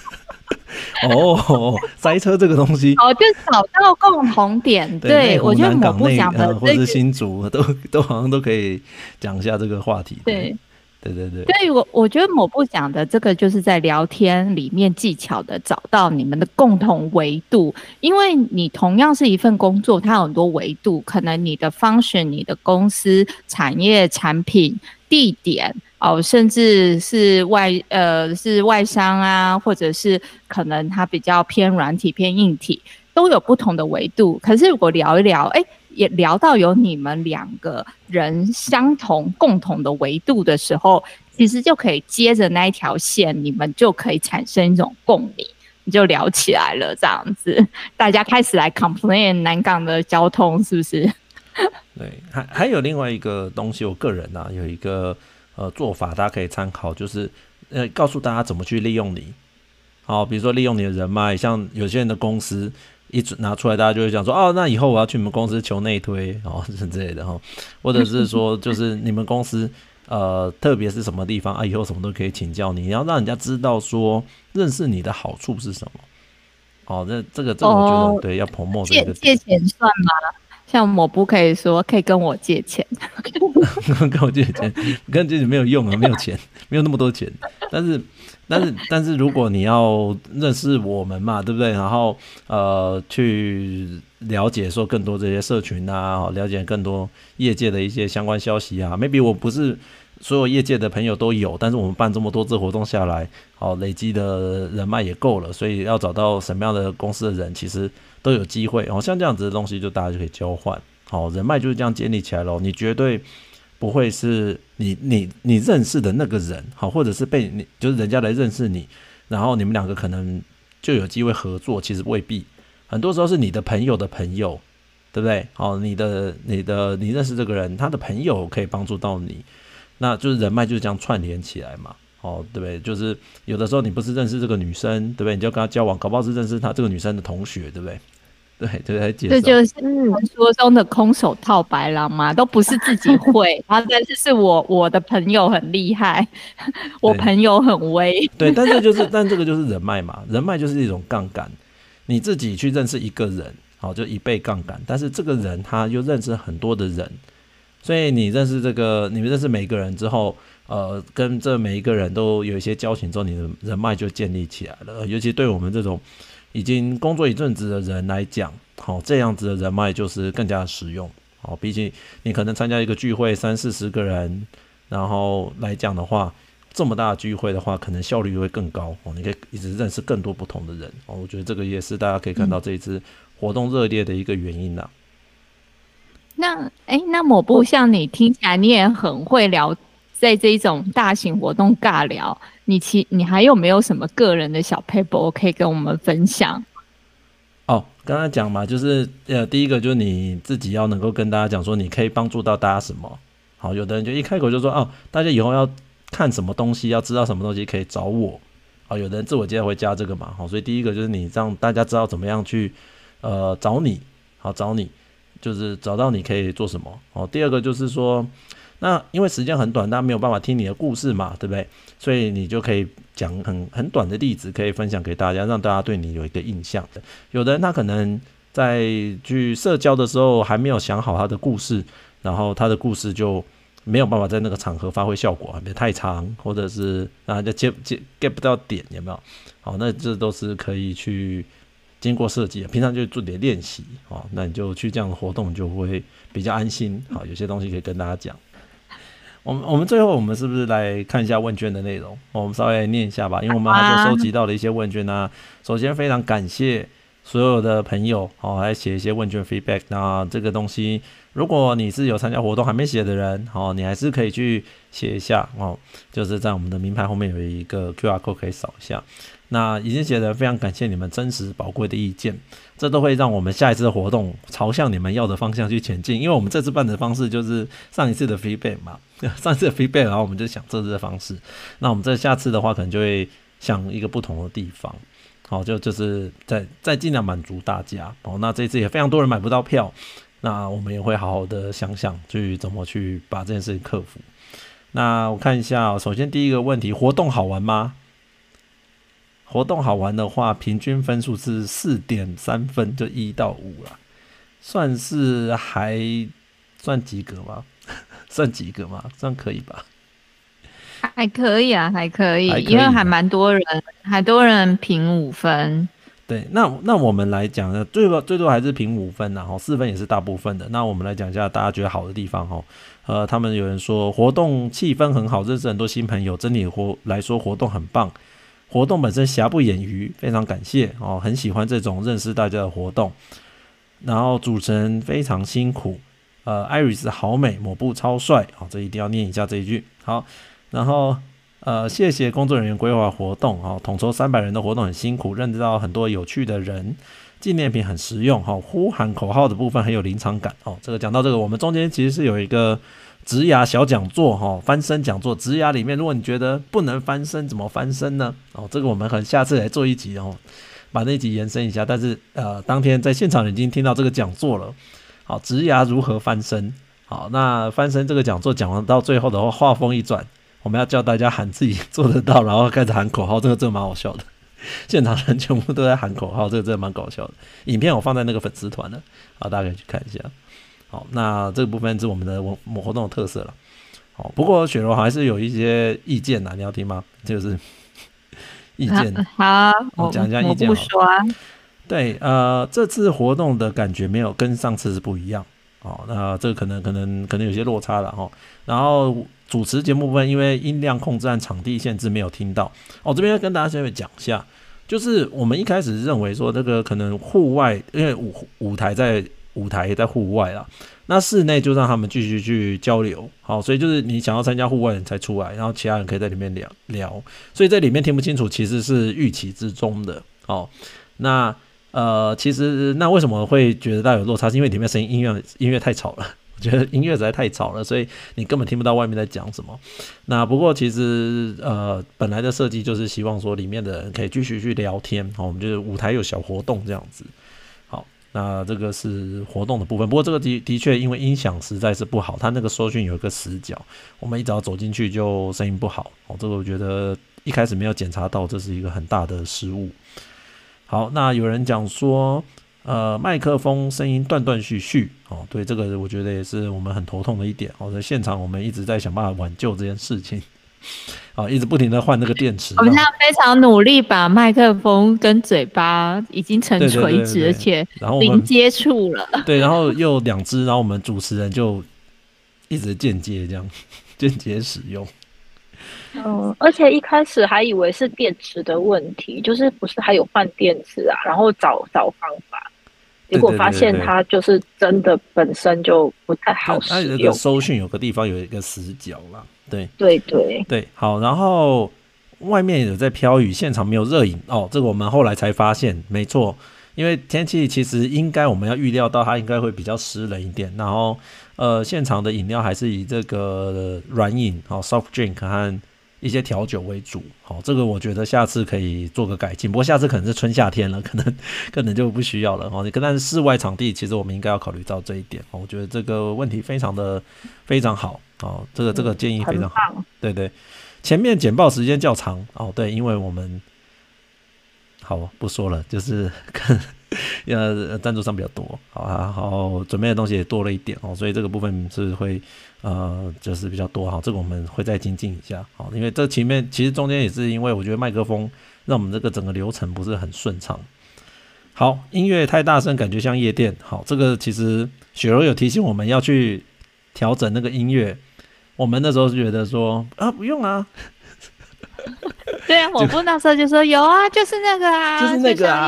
Speaker 1: 哦，塞车这个东西，
Speaker 3: 哦，就找到共同点。对，对我觉得某部讲的，
Speaker 1: 或是新竹都都好像都可以讲一下这个话题。
Speaker 3: 对。
Speaker 1: 对对对，
Speaker 3: 对我我觉得某部讲的这个就是在聊天里面技巧的找到你们的共同维度，因为你同样是一份工作，它有很多维度，可能你的 function、你的公司、产业、产品、地点哦，甚至是外呃是外商啊，或者是可能它比较偏软体、偏硬体，都有不同的维度。可是如果聊一聊，哎。也聊到有你们两个人相同共同的维度的时候，其实就可以接着那一条线，你们就可以产生一种共鸣，你就聊起来了，这样子，大家开始来 complain 南港的交通，是不是？
Speaker 1: 对，还还有另外一个东西，我个人啊有一个呃做法，大家可以参考，就是呃告诉大家怎么去利用你，好，比如说利用你的人脉，像有些人的公司。一拿出来，大家就会讲说，哦，那以后我要去你们公司求内推，哦，之类的哈，或者是说，就是你们公司，呃，特别是什么地方啊，以后什么都可以请教你，你要让人家知道说，认识你的好处是什么。哦，这这个这个我觉得、哦、对，要 promote 这个
Speaker 3: 借借钱算吗？像某不可以说可以跟我借钱，
Speaker 1: 跟我借钱，跟借钱没有用啊，没有钱，没有那么多钱，但是。但是，但是如果你要认识我们嘛，对不对？然后呃，去了解说更多这些社群啊，了解更多业界的一些相关消息啊。maybe 我不是所有业界的朋友都有，但是我们办这么多次活动下来，好累积的人脉也够了，所以要找到什么样的公司的人，其实都有机会。好像这样子的东西，就大家就可以交换。好，人脉就是这样建立起来了。你绝对。不会是你你你认识的那个人，好，或者是被你就是人家来认识你，然后你们两个可能就有机会合作，其实未必，很多时候是你的朋友的朋友，对不对？好，你的你的你认识这个人，他的朋友可以帮助到你，那就是人脉就是这样串联起来嘛，哦，对不对？就是有的时候你不是认识这个女生，对不对？你就跟她交往，搞不好是认识她这个女生的同学，对不对？对，对，来介绍，
Speaker 3: 这就是传说中的空手套白狼嘛，都不是自己会，然后但是是我我的朋友很厉害，我朋友很威，
Speaker 1: 对，但这就是，但这个就是人脉嘛，人脉就是一种杠杆，你自己去认识一个人，好，就一倍杠杆，但是这个人他又认识很多的人，所以你认识这个，你们认识每一个人之后，呃，跟这每一个人都有一些交情之后，你的人脉就建立起来了，尤其对我们这种。已经工作一阵子的人来讲，好，这样子的人脉就是更加实用。好，毕竟你可能参加一个聚会三四十个人，然后来讲的话，这么大的聚会的话，可能效率会更高。哦，你可以一直认识更多不同的人。哦，我觉得这个也是大家可以看到这一次活动热烈的一个原因啦。
Speaker 3: 那哎，那某部像你听起来你也很会聊，在这一种大型活动尬聊。你其你还有没有什么个人的小 paper 可以跟我们分享？
Speaker 1: 哦，刚才讲嘛，就是呃，第一个就是你自己要能够跟大家讲说，你可以帮助到大家什么。好，有的人就一开口就说，哦，大家以后要看什么东西，要知道什么东西可以找我。好，有的人自我介绍会加这个嘛。好，所以第一个就是你让大家知道怎么样去呃找你，好找你，就是找到你可以做什么。好，第二个就是说。那因为时间很短，大家没有办法听你的故事嘛，对不对？所以你就可以讲很很短的例子，可以分享给大家，让大家对你有一个印象。有的人他可能在去社交的时候还没有想好他的故事，然后他的故事就没有办法在那个场合发挥效果，别太长，或者是让人家接接 get 不到点，有没有？好，那这都是可以去经过设计的，平常就做点练习，哦，那你就去这样的活动就会比较安心。好，有些东西可以跟大家讲。我们我们最后我们是不是来看一下问卷的内容？我们稍微来念一下吧，因为我们还是收集到了一些问卷啊。首先非常感谢所有的朋友哦，来写一些问卷 feedback。那这个东西，如果你是有参加活动还没写的人，哦，你还是可以去写一下哦，就是在我们的名牌后面有一个 Q R code 可以扫一下。那已经写的人非常感谢你们真实宝贵的意见，这都会让我们下一次的活动朝向你们要的方向去前进。因为我们这次办的方式就是上一次的 feedback 嘛，上一次的 feedback， 然后我们就想这次的方式。那我们这下次的话，可能就会想一个不同的地方，好，就就是再再尽量满足大家。哦，那这次也非常多人买不到票，那我们也会好好的想想去怎么去把这件事情克服。那我看一下，首先第一个问题，活动好玩吗？活动好玩的话，平均分数是 四点三 分，就一到五啦，算是还算及格吗？算及格吗？算可以吧？
Speaker 3: 还可以啊，还可以，
Speaker 1: 还可以
Speaker 3: 因为还蛮多人，还多人评五分。
Speaker 1: 对，那那我们来讲呢，最多最多还是评五分，然后四分也是大部分的。那我们来讲一下大家觉得好的地方哈。呃，他们有人说活动气氛很好，认识很多新朋友，整体活来说活动很棒。活动本身瑕不掩瑜，非常感谢哦，很喜欢这种认识大家的活动。然后主持人非常辛苦，呃，Iris 好美，抹布超帅，好，这一定要念一下这一句。好，然后呃，谢谢工作人员规划活动，好，统筹三百人的活动很辛苦，认识到很多有趣的人，纪念品很实用，好，呼喊口号的部分很有临场感哦。这个讲到这个，我们中间其实是有一个职涯小讲座哈，翻身讲座。职涯里面，如果你觉得不能翻身，怎么翻身呢？哦，这个我们可能下次来做一集哦，把那一集延伸一下。但是呃，当天在现场已经听到这个讲座了。好，职涯如何翻身？好，那翻身这个讲座讲完到最后的话，话锋一转，我们要叫大家喊自己做得到，然后开始喊口号，这个真的蛮好笑的。现场人全部都在喊口号，这个真的蛮搞笑的。影片我放在那个粉丝团了，好，大家可以去看一下。好，那这个部分是我们的活动的特色了。好，不过雪柔还是有一些意见呐，你要听吗？就是意见。
Speaker 3: 好，
Speaker 1: 我讲一下意见好了。
Speaker 3: 我不说啊。
Speaker 1: 对，呃，这次活动的感觉没有跟上次是不一样。哦，那这个可能可能可能有些落差了哈。然后主持节目部分，因为音量控制和场地限制没有听到。哦，这边要跟大家稍微讲一下，就是我们一开始认为说这个可能户外，因为舞舞台在。舞台在户外啦，那室内就让他们继续去交流，好，所以就是你想要参加户外人才出来，然后其他人可以在里面聊聊，所以在里面听不清楚其实是预期之中的，好，那呃其实那为什么会觉得大家有落差？是因为里面声音音乐音乐太吵了，我觉得音乐实在太吵了，所以你根本听不到外面在讲什么。那不过其实呃本来的设计就是希望说里面的人可以继续去聊天，好，我们就是舞台有小活动这样子。那这个是活动的部分，不过这个的的确因为音响实在是不好，它那个收讯有一个死角，我们一早走进去就声音不好，哦，这个我觉得一开始没有检查到，这是一个很大的失误。好，那有人讲说，呃，麦克风声音断断续续，哦，对，这个我觉得也是我们很头痛的一点，哦，在现场我们一直在想办法挽救这件事情。啊，一直不停的换那个电池。
Speaker 3: 我们现在非常努力把麦克风跟嘴巴已经成垂直，而且零接触了。
Speaker 1: 对，然后又两只，然后我们主持人就一直间接这样间接使用。
Speaker 4: 嗯，而且一开始还以为是电池的问题，就是不是还有换电池啊，然后找找方法，结果发现它就是真的本身就不太好使用。
Speaker 1: 它有一个收讯有个地方有一个死角啦。对
Speaker 4: 对对
Speaker 1: 对，好，然后外面有在飘雨，现场没有热饮哦，这个我们后来才发现，没错，因为天气其实应该我们要预料到它应该会比较湿冷一点，然后呃，现场的饮料还是以这个软饮哦 soft drink 和一些调酒为主，好，这个我觉得下次可以做个改进，不过下次可能是春夏天了，可能可能就不需要了哦。但是室外场地其实我们应该要考虑到这一点，我觉得这个问题非常的非常好。哦，这个这个建议非常好，对对，前面简报时间较长哦，对，因为我们好不说了，就是跟呃赞助商比较多，好啊，好准备的东西也多了一点哦，所以这个部分是会呃就是比较多哈，这个我们会再精进一下，好，因为这前面其实中间也是因为我觉得麦克风让我们这个整个流程不是很顺畅。好，音乐太大声，感觉像夜店，好，这个其实雪柔有提醒我们要去调整那个音乐。我们那时候是觉得说啊，不用啊。
Speaker 3: 对啊，我不那时候就说有啊，就是那个啊，
Speaker 1: 就是那个啊，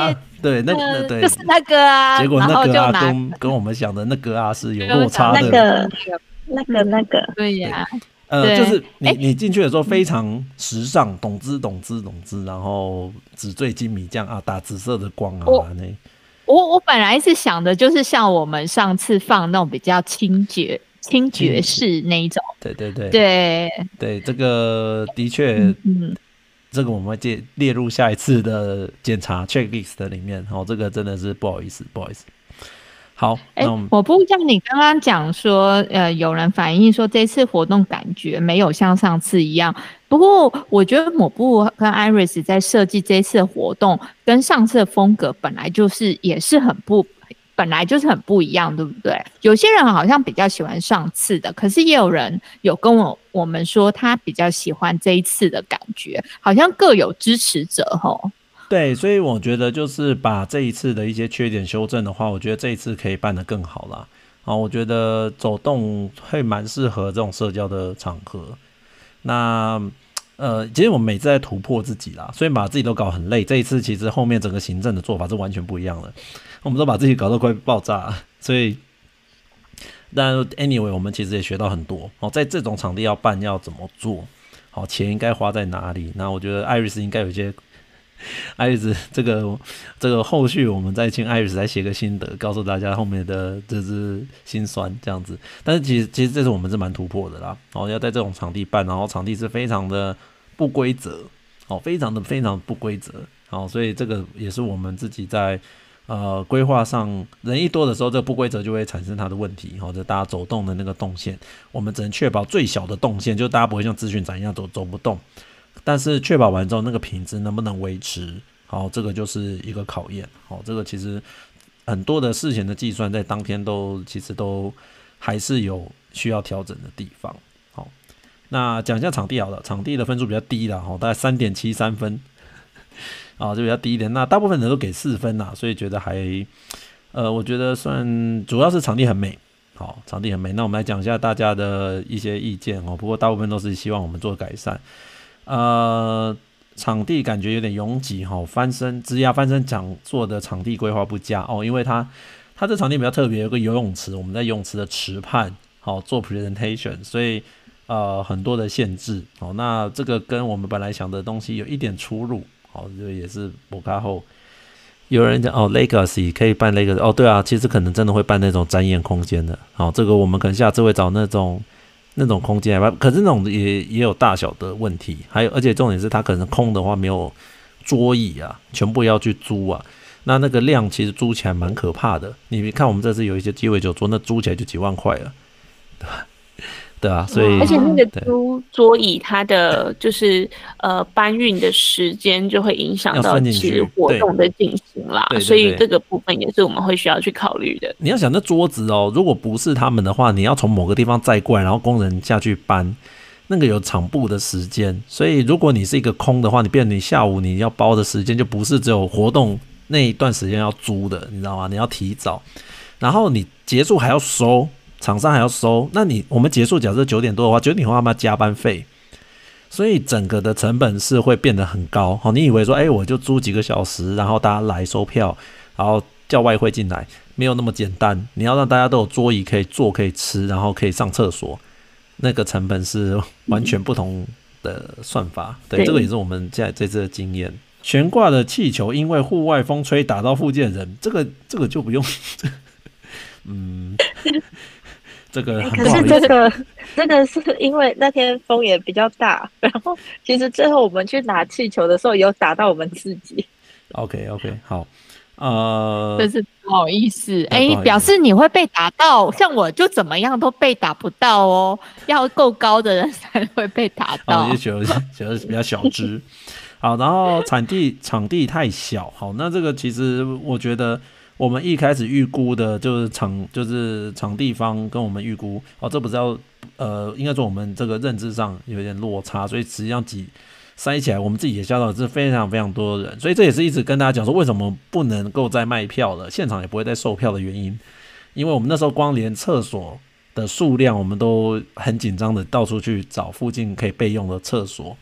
Speaker 1: 对，那那对，
Speaker 3: 就是那个啊，
Speaker 1: 结果那
Speaker 3: 然后
Speaker 1: 个啊
Speaker 3: 就拿
Speaker 1: 跟跟我们想的那个啊是有落差的。
Speaker 4: 那个那个那个，
Speaker 3: 对呀、
Speaker 1: 呃，
Speaker 3: 对
Speaker 1: 就是你
Speaker 3: 诶
Speaker 1: 你进去的时候非常时尚，懂之懂之懂之，然后纸醉金迷这样啊，打紫色的光啊
Speaker 3: 我
Speaker 1: 那。
Speaker 3: 我我本来是想的，就是像我们上次放那种比较轻爵轻爵士那一种，
Speaker 1: 对对对
Speaker 3: 对
Speaker 1: 对，这个的确，
Speaker 3: 嗯，
Speaker 1: 这个我们会列列入下一次的检查 checklist 里面。哦，这个真的是不好意思，不好意思。好，
Speaker 3: 哎、
Speaker 1: 那我们
Speaker 3: 我不像你刚刚讲说，呃，有人反映说这次活动感觉没有像上次一样。不过我觉得抹布跟 Iris 在设计这次的活动，跟上次的风格本来就是也是很不，本来就是很不一样，对不对？有些人好像比较喜欢上次的，可是也有人有跟我我们说他比较喜欢这一次的感觉，好像各有支持者吼。
Speaker 1: 对，所以我觉得就是把这一次的一些缺点修正的话，我觉得这一次可以办得更好啦。啊，我觉得走动会蛮适合这种社交的场合。那呃，其实我们每次在突破自己啦，所以把自己都搞很累。这一次其实后面整个行政的做法是完全不一样的，我们都把自己搞到快爆炸了，所以。但 anyway， 我们其实也学到很多哦，在这种场地要办要怎么做，好，钱应该花在哪里？那我觉得 Iris 应该有一些。艾瑞斯，这个这个后续我们再请艾瑞斯来写个心得，告诉大家后面的这是心酸这样子。但是其实其实这次我们是蛮突破的啦，哦，要在这种场地办，然后场地是非常的不规则，哦，非常的非常不规则，哦，所以这个也是我们自己在呃规划上，人一多的时候，这个不规则就会产生它的问题，哦，就大家走动的那个动线，我们只能确保最小的动线，就大家不会像资讯展一样走走不动。但是确保完之后，那个品质能不能维持，好，这个就是一个考验。好，这个其实很多的事前的计算，在当天都其实都还是有需要调整的地方。好，那讲一下场地好了，场地的分数比较低啦，大概 三点七三 分，啊，就比较低一点。那大部分人都给四分啦，所以觉得还，呃，我觉得算主要是场地很美。好，场地很美。那我们来讲一下大家的一些意见哦，不过大部分都是希望我们做改善。呃，场地感觉有点拥挤哈，翻身职涯翻身讲座的场地规划不佳哦，因为它它这场地比较特别，有个游泳池，我们在游泳池的池畔好做 presentation， 所以呃很多的限制哦，那这个跟我们本来想的东西有一点出入，好，这也是博卡后。有人讲哦 ，Legacy 可以办 Legacy 哦，对啊，其实可能真的会办那种展演空间的，好，这个我们可能下次会找那种。那种空间来办，可是那种也也有大小的问题，还有而且重点是它可能空的话没有桌椅啊，全部要去租啊，那那个量其实租起来蛮可怕的。你看我们这次有一些鸡尾酒桌，那租起来就几万块了，对吧？对啊，所以
Speaker 2: 而且那个租桌椅，它的就是呃搬运的时间就会影响到其实活动的进行啦，
Speaker 1: 对对对对，
Speaker 2: 所以这个部分也是我们会需要去考虑的。
Speaker 1: 你要想那桌子哦，如果不是他们的话，你要从某个地方载过来，然后工人下去搬，那个有场布的时间，所以如果你是一个空的话，你变成你下午你要包的时间就不是只有活动那一段时间要租的，你知道吗？你要提早，然后你结束还要收。厂商还要收，那你我们结束假设九点多的话，九点的话他们要加班费，所以整个的成本是会变得很高。好，你以为说，哎、欸，我就租几个小时，然后大家来收票，然后叫外汇进来，没有那么简单。你要让大家都有桌椅可以坐，可以吃，然后可以上厕所，那个成本是完全不同的算法。对，对这个也是我们现在这次的经验。悬挂的气球因为户外风吹打到附近的人，这个这个就不用，嗯。这个很不好意思，
Speaker 4: 可是这个这个是因为那天风也比较大，然后其实最后我们去拿气球的时候有打到我们自己。
Speaker 1: OK OK 好，呃，
Speaker 3: 这是不好意思，哎、欸，表示你会被打到，像我就怎么样都被打不到哦，要够高的人才会被打到。
Speaker 1: 哦，也觉得觉得比较小只。好，然后场地场地太小，好，那这个其实我觉得。我们一开始预估的就是场就是场地方跟我们预估哦，这不是要呃，应该说我们这个认知上有点落差，所以实际上挤塞起来，我们自己也吓到是非常非常多的人，所以这也是一直跟大家讲说为什么不能够再卖票了，现场也不会再售票的原因，因为我们那时候光连厕所的数量我们都很紧张的到处去找附近可以备用的厕所。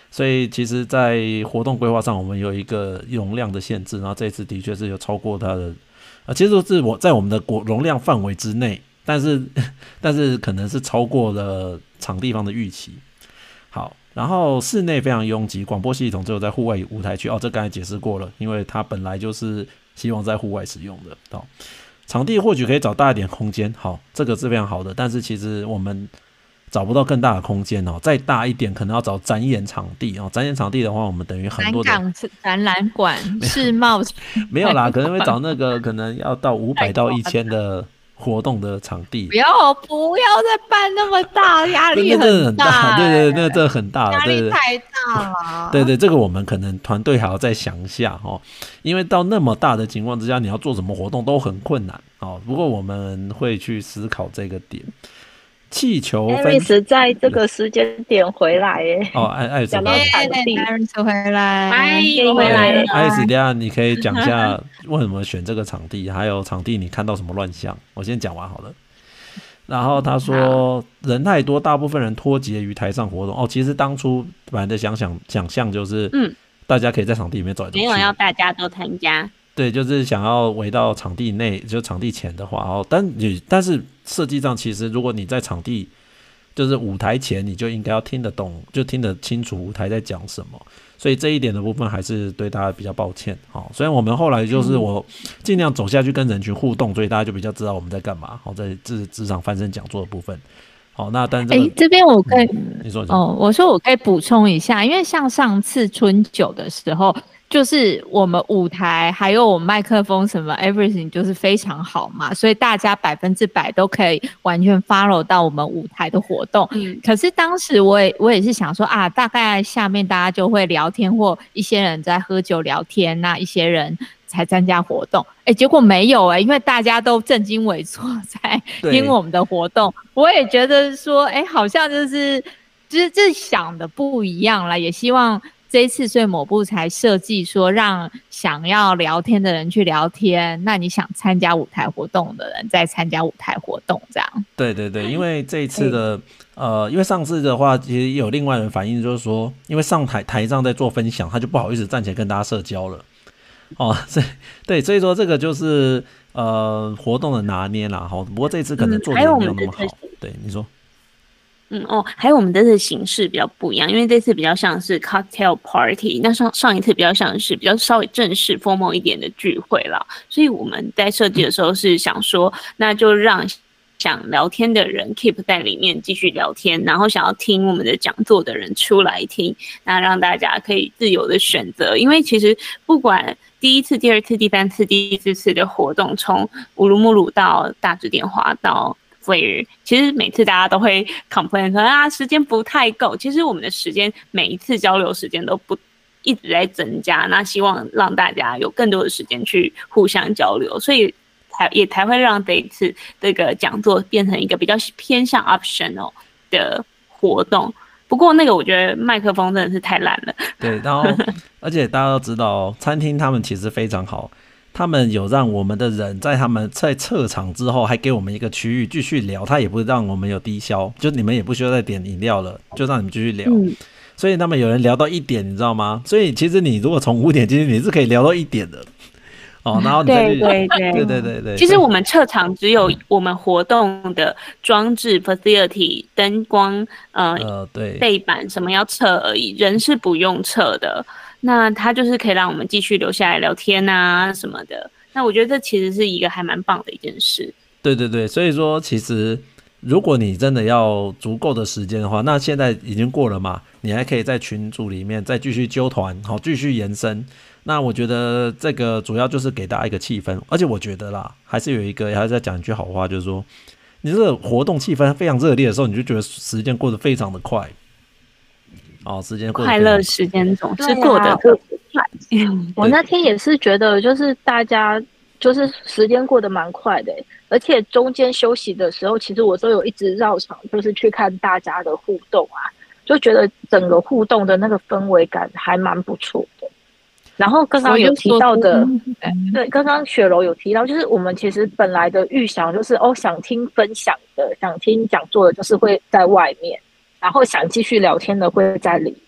Speaker 1: 所以其实在活动规划上我们有一个容量的限制，然后这一次的确是有超过它的呃，其实是我在我们的容量范围之内，但是但是可能是超过了场地方的预期。好，然后室内非常拥挤，广播系统只有在户外舞台区哦，这刚才解释过了，因为它本来就是希望在户外使用的。哦，场地或许可以找大一点空间，好，这个是非常好的，但是其实我们找不到更大的空间哦，再大一点可能要找展演场地哦。展演场地的话，我们等于很多的
Speaker 3: 南港展览馆、世贸
Speaker 1: 没有啦，可能会找那个可能要到五百到一千的活动的场地。
Speaker 3: 不要不要再办那么大，压力
Speaker 1: 很
Speaker 3: 很大、
Speaker 1: 欸。对对对，那真的很大了，
Speaker 3: 压
Speaker 1: 对对
Speaker 3: 力太大了。
Speaker 1: 对对，这个我们可能团队还要再想一下哦，因为到那么大的情况之下，你要做什么活动都很困难哦。不过我们会去思考这个点。气球分
Speaker 4: 艾瑞斯在这个时间点回来耶！
Speaker 1: 哦，艾艾瑞斯
Speaker 4: 讲到场地，
Speaker 3: 艾瑞斯回来，
Speaker 2: 嗨，
Speaker 4: 我回来了。
Speaker 1: 艾瑞斯，等一下你可以讲一下为什么选这个场地，还有场地你看到什么乱象？我先讲完好了。然后他说人太多，大部分人脱节于台上活动。哦，其实当初本来的想想想象就是，嗯，大家可以在场地里面走来走去，
Speaker 2: 没有要大家都参加。
Speaker 1: 对，就是想要围到场地内，就场地前的话，哦，但你但是设计上其实如果你在场地就是舞台前，你就应该要听得懂，就听得清楚舞台在讲什么，所以这一点的部分还是对大家比较抱歉。好，虽然我们后来就是我尽量走下去跟人群互动，所以大家就比较知道我们在干嘛。好，在职职场翻身讲座的部分。好，那但这个、
Speaker 3: 欸、这边我可以、
Speaker 1: 嗯、你说你说
Speaker 3: 哦，我说我可以补充一下，因为像上次春酒的时候，就是我们舞台还有我们麦克风什么 everything 就是非常好嘛，所以大家百分之百都可以完全 follow 到我们舞台的活动。嗯，可是当时我也我也是想说啊，大概下面大家就会聊天，或一些人在喝酒聊天，那一些人才参加活动。哎、欸，结果没有哎、欸，因为大家都正襟危坐在听我们的活动。我也觉得说，哎、欸，好像就是就是这想的不一样了，也希望。这一次，所以某部才设计说，让想要聊天的人去聊天，那你想参加舞台活动的人再参加舞台活动，这样。对
Speaker 1: 对对，因为这一次的、嗯、呃，因为上次的话，其实也有另外人反映，就是说，因为上台台上在做分享，他就不好意思站起来跟大家社交了。哦，所以对，所以说这个就是呃活动的拿捏啦。好，不过这次可能做的也没有那么好。嗯、对，你说。
Speaker 2: 嗯哦，还有我们这次形式比较不一样，因为这次比较像是 cocktail party， 那上上一次比较像是比较稍微正式 formal 一点的聚会啦，所以我们在设计的时候是想说，那就让想聊天的人 keep 在里面继续聊天，然后想要听我们的讲座的人出来听，那让大家可以自由的选择，因为其实不管第一次、第二次、第三次、第四次的活动，从乌鲁木鲁到大直点华到其实每次大家都会 complain 说啊时间不太够，其实我们的时间每一次交流时间都不一直在增加，那希望让大家有更多的时间去互相交流，所以才也才会让这一次这个讲座变成一个比较偏向 optional 的活动。不过那个我觉得麦克风真的是太烂了。
Speaker 1: 对，然后而且大家都知道餐厅他们其实非常好，他们有让我们的人在他们在撤场之后还给我们一个区域继续聊，他也不让我们有低消，就你们也不需要再点饮料了，就让你们继续聊、嗯、所以他们有人聊到一点你知道吗？所以其实你如果从五点进去你是可以聊到一点的哦，然后你再去
Speaker 2: 对对对
Speaker 1: 对对对对，
Speaker 2: 其实我们撤场只有我们活动的装置 facility 灯光 呃, 呃对背板什么要撤而已，人是不用撤的，那它就是可以让我们继续留下来聊天啊什么的，那我觉得这其实是一个还蛮棒的一件事。
Speaker 1: 对对对，所以说其实如果你真的要足够的时间的话，那现在已经过了嘛，你还可以在群组里面再继续揪团，好继续延伸。那我觉得这个主要就是给大家一个气氛，而且我觉得啦，还是有一个，还是再讲一句好话，就是说，你这个活动气氛非常热烈的时候，你就觉得时间过得非常的快。哦，时间过得
Speaker 2: 快乐时间总是过得特别快。
Speaker 4: 我那天也是觉得，就是大家就是时间过得蛮快的，而且中间休息的时候，其实我都有一直绕场，就是去看大家的互动啊，就觉得整个互动的那个氛围感还蛮不错的。然后刚刚有提到的，对，刚刚雪柔有提到，就是我们其实本来的预想就是哦，想听分享的、想听讲座的，就是会在外面，然后想继续聊天的会在里面。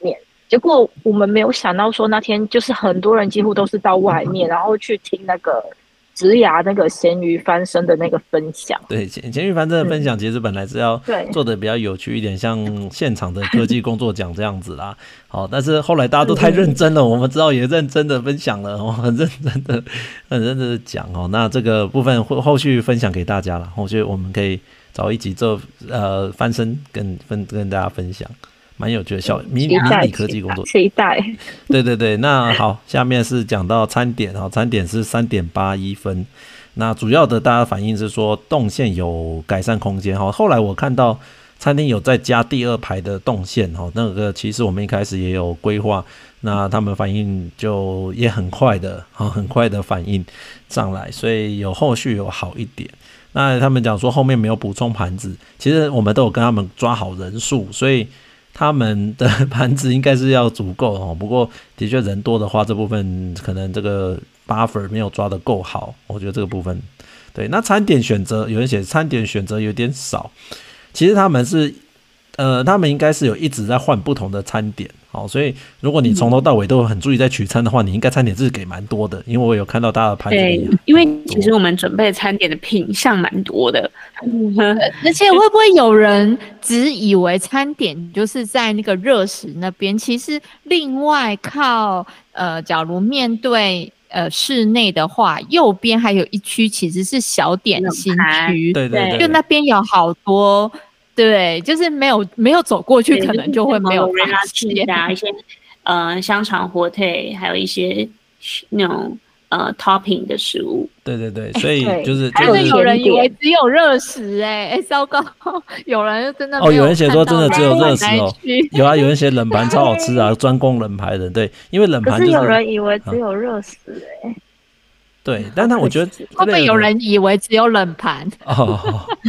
Speaker 4: 结果我们没有想到说那天就是很多人几乎都是到外面，然后去听那个职涯那个咸鱼翻身的那个分享。
Speaker 1: 对，咸咸鱼翻身的分享其实本来是要做的比较有趣一点，像现场的科技工作奖这样子啦。好，但是后来大家都太认真了，我们知道也认真的分享了，哦，很认真的、很认真的讲哦。那这个部分会后续分享给大家了，后续我们可以找一集做呃翻身跟分跟大家分享。蛮有趣的小迷迷你科技工作，
Speaker 4: 期待。
Speaker 1: 对对对，那好，下面是讲到餐点，好，餐点是三点八一分。那主要的大家反映是说动线有改善空间，后来我看到餐厅有再加第二排的动线，那个其实我们一开始也有规划，那他们反应就也很快的，很快的反应上来，所以有后续有好一点。那他们讲说后面没有补充盘子，其实我们都有跟他们抓好人数，所以他们的盘子应该是要足够哦，不过的确人多的话，这部分可能这个 buffer 没有抓得够好，我觉得这个部分对。那餐点选择，有人写餐点选择有点少，其实他们是呃，他们应该是有一直在换不同的餐点，好，所以如果你从头到尾都很注意在取餐的话，你应该餐点是给蛮多的，因为我有看到大家的盘子里。
Speaker 2: 对，因为其实我们准备餐点的品项蛮多的，
Speaker 3: 而且会不会有人只以为餐点就是在那个热食那边，其实另外靠呃，假如面对呃室内的话，右边还有一区其实是小点心区，
Speaker 1: 对对对，
Speaker 3: 就那边有好多。对，就是没有没有走过去，可能就会没有发现
Speaker 2: 啊，一些呃香肠、火腿，还有一些那种呃 topping 的食物。
Speaker 1: 对对对，所以就是
Speaker 3: 还是有人以为只有热食哎、欸，哎糟糕，有人真的没有
Speaker 1: 哦，有人写说真的只有热食哦，有啊，有人写冷盘超好吃啊，专攻冷盘的，对，因为冷盘、就是、
Speaker 4: 可是有人以为只有热食哎、欸。
Speaker 1: 对，但他我觉得
Speaker 3: 会不会有人以为只有冷盘？
Speaker 1: 哦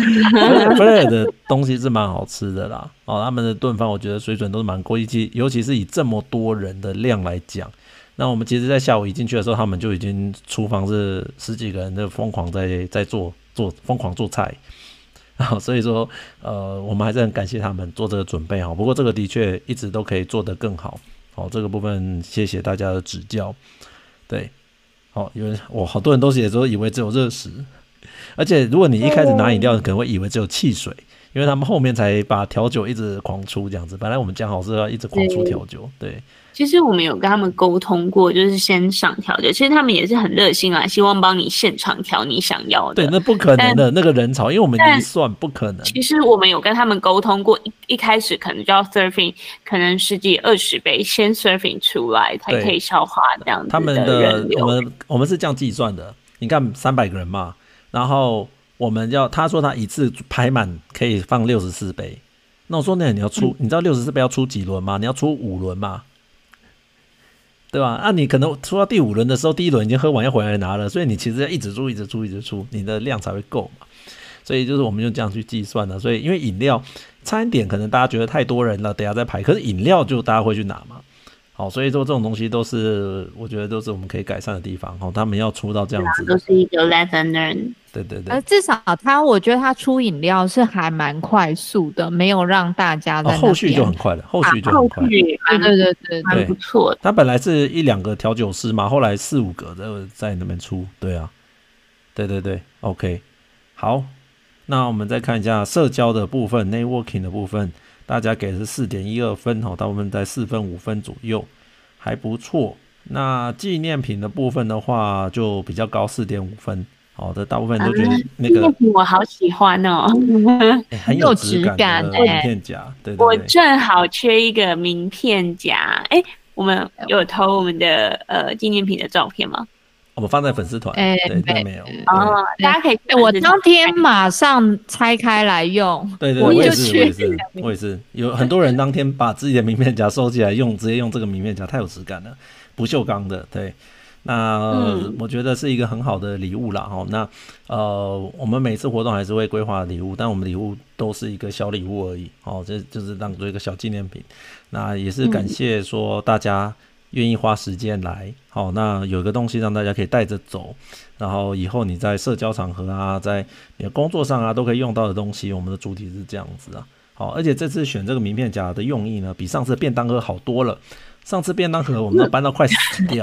Speaker 1: ，Flair 的东西是蛮好吃的啦。哦，他们的炖饭我觉得水准都是蛮高，尤其是以这么多人的量来讲。那我们其实，在下午一进去的时候，他们就已经厨房是十几个人的疯狂在在做做疯狂做菜。哦，所以说，呃，我们还是很感谢他们做这个准备哈。不过这个的确一直都可以做得更好。好，这个部分谢谢大家的指教。对。哦，有人我好多人都写说以为只有热食，而且如果你一开始拿饮料，可能会以为只有汽水，因为他们后面才把调酒一直狂出这样子。本来我们讲好是要一直狂出调酒，对。
Speaker 2: 其实我们有跟他们沟通过，就是先上调酒，其实他们也是很热心啊，希望帮你现场调你想要的。
Speaker 1: 对，那不可能的，那个人潮，因为我们一算不可能。
Speaker 2: 其实我们有跟他们沟通过，一一开始可能就要 serving， 可能十几二十杯先 serving 出来，才可以消化这样子的
Speaker 1: 他们的我们我们是这样计算的，你看三百个人嘛，然后我们要他说他一次排满可以放六十四杯，那我说那你要出，嗯、你知道六十四杯要出几轮吗？你要出五轮嘛？对吧？啊，你可能出到第五轮的时候，第一轮已经喝完要回来拿了，所以你其实要一直出、一直出、一直出，你的量才会够嘛。所以就是我们就这样去计算的。所以因为饮料餐点可能大家觉得太多人了，等一下再排，可是饮料就大家会去拿嘛。好，所以说这种东西都是我觉得都是我们可以改善的地方。好，他们要出到这样子，
Speaker 2: 都是一个 lesson learn。
Speaker 1: 对对对，
Speaker 3: 呃，至少他我觉得他出饮料是还蛮快速的，没有让大家在、哦、
Speaker 1: 后续就很快了，后续就很快，
Speaker 2: 对
Speaker 3: 对对对，
Speaker 2: 蛮不错的。
Speaker 1: 他本来是一两个调酒师嘛，后来四五个在那边出，对啊，对对对 ，OK， 好，那我们再看一下社交的部分 ，networking 的部分，大家给的是 四点一二 分，大部分在四分五分左右，还不错。那纪念品的部分的话，就比较高 四点五 分。好的，大部分都觉得那个、
Speaker 2: 啊、我好喜欢哦，
Speaker 1: 欸、很有质感的名片夹。对, 对, 对，
Speaker 2: 我正好缺一个名片夹。哎、欸，我们有投我们的呃纪念品的照片吗？
Speaker 1: 我们放在粉丝团，
Speaker 3: 哎、
Speaker 1: 欸，对，没有。
Speaker 2: 哦，大家可以、
Speaker 3: 欸。我当天马上拆开来用。
Speaker 1: 对对，我也是，我也是，我也是。有很多人当天把自己的名片夹收起来用，直接用这个名片夹，太有质感了，不锈钢的，对。那、嗯、我觉得是一个很好的礼物啦。那呃，我们每次活动还是会规划礼物，但我们礼物都是一个小礼物而已。哦，这就是当做一个小纪念品。那也是感谢说大家愿意花时间来。好、嗯，那有个东西让大家可以带着走，然后以后你在社交场合啊，在你的工作上啊都可以用到的东西。我们的主题是这样子啊。 好，而且这次选这个名片夹的用意呢，比上次便当盒好多了。上次便当盒我们都搬到快死掉。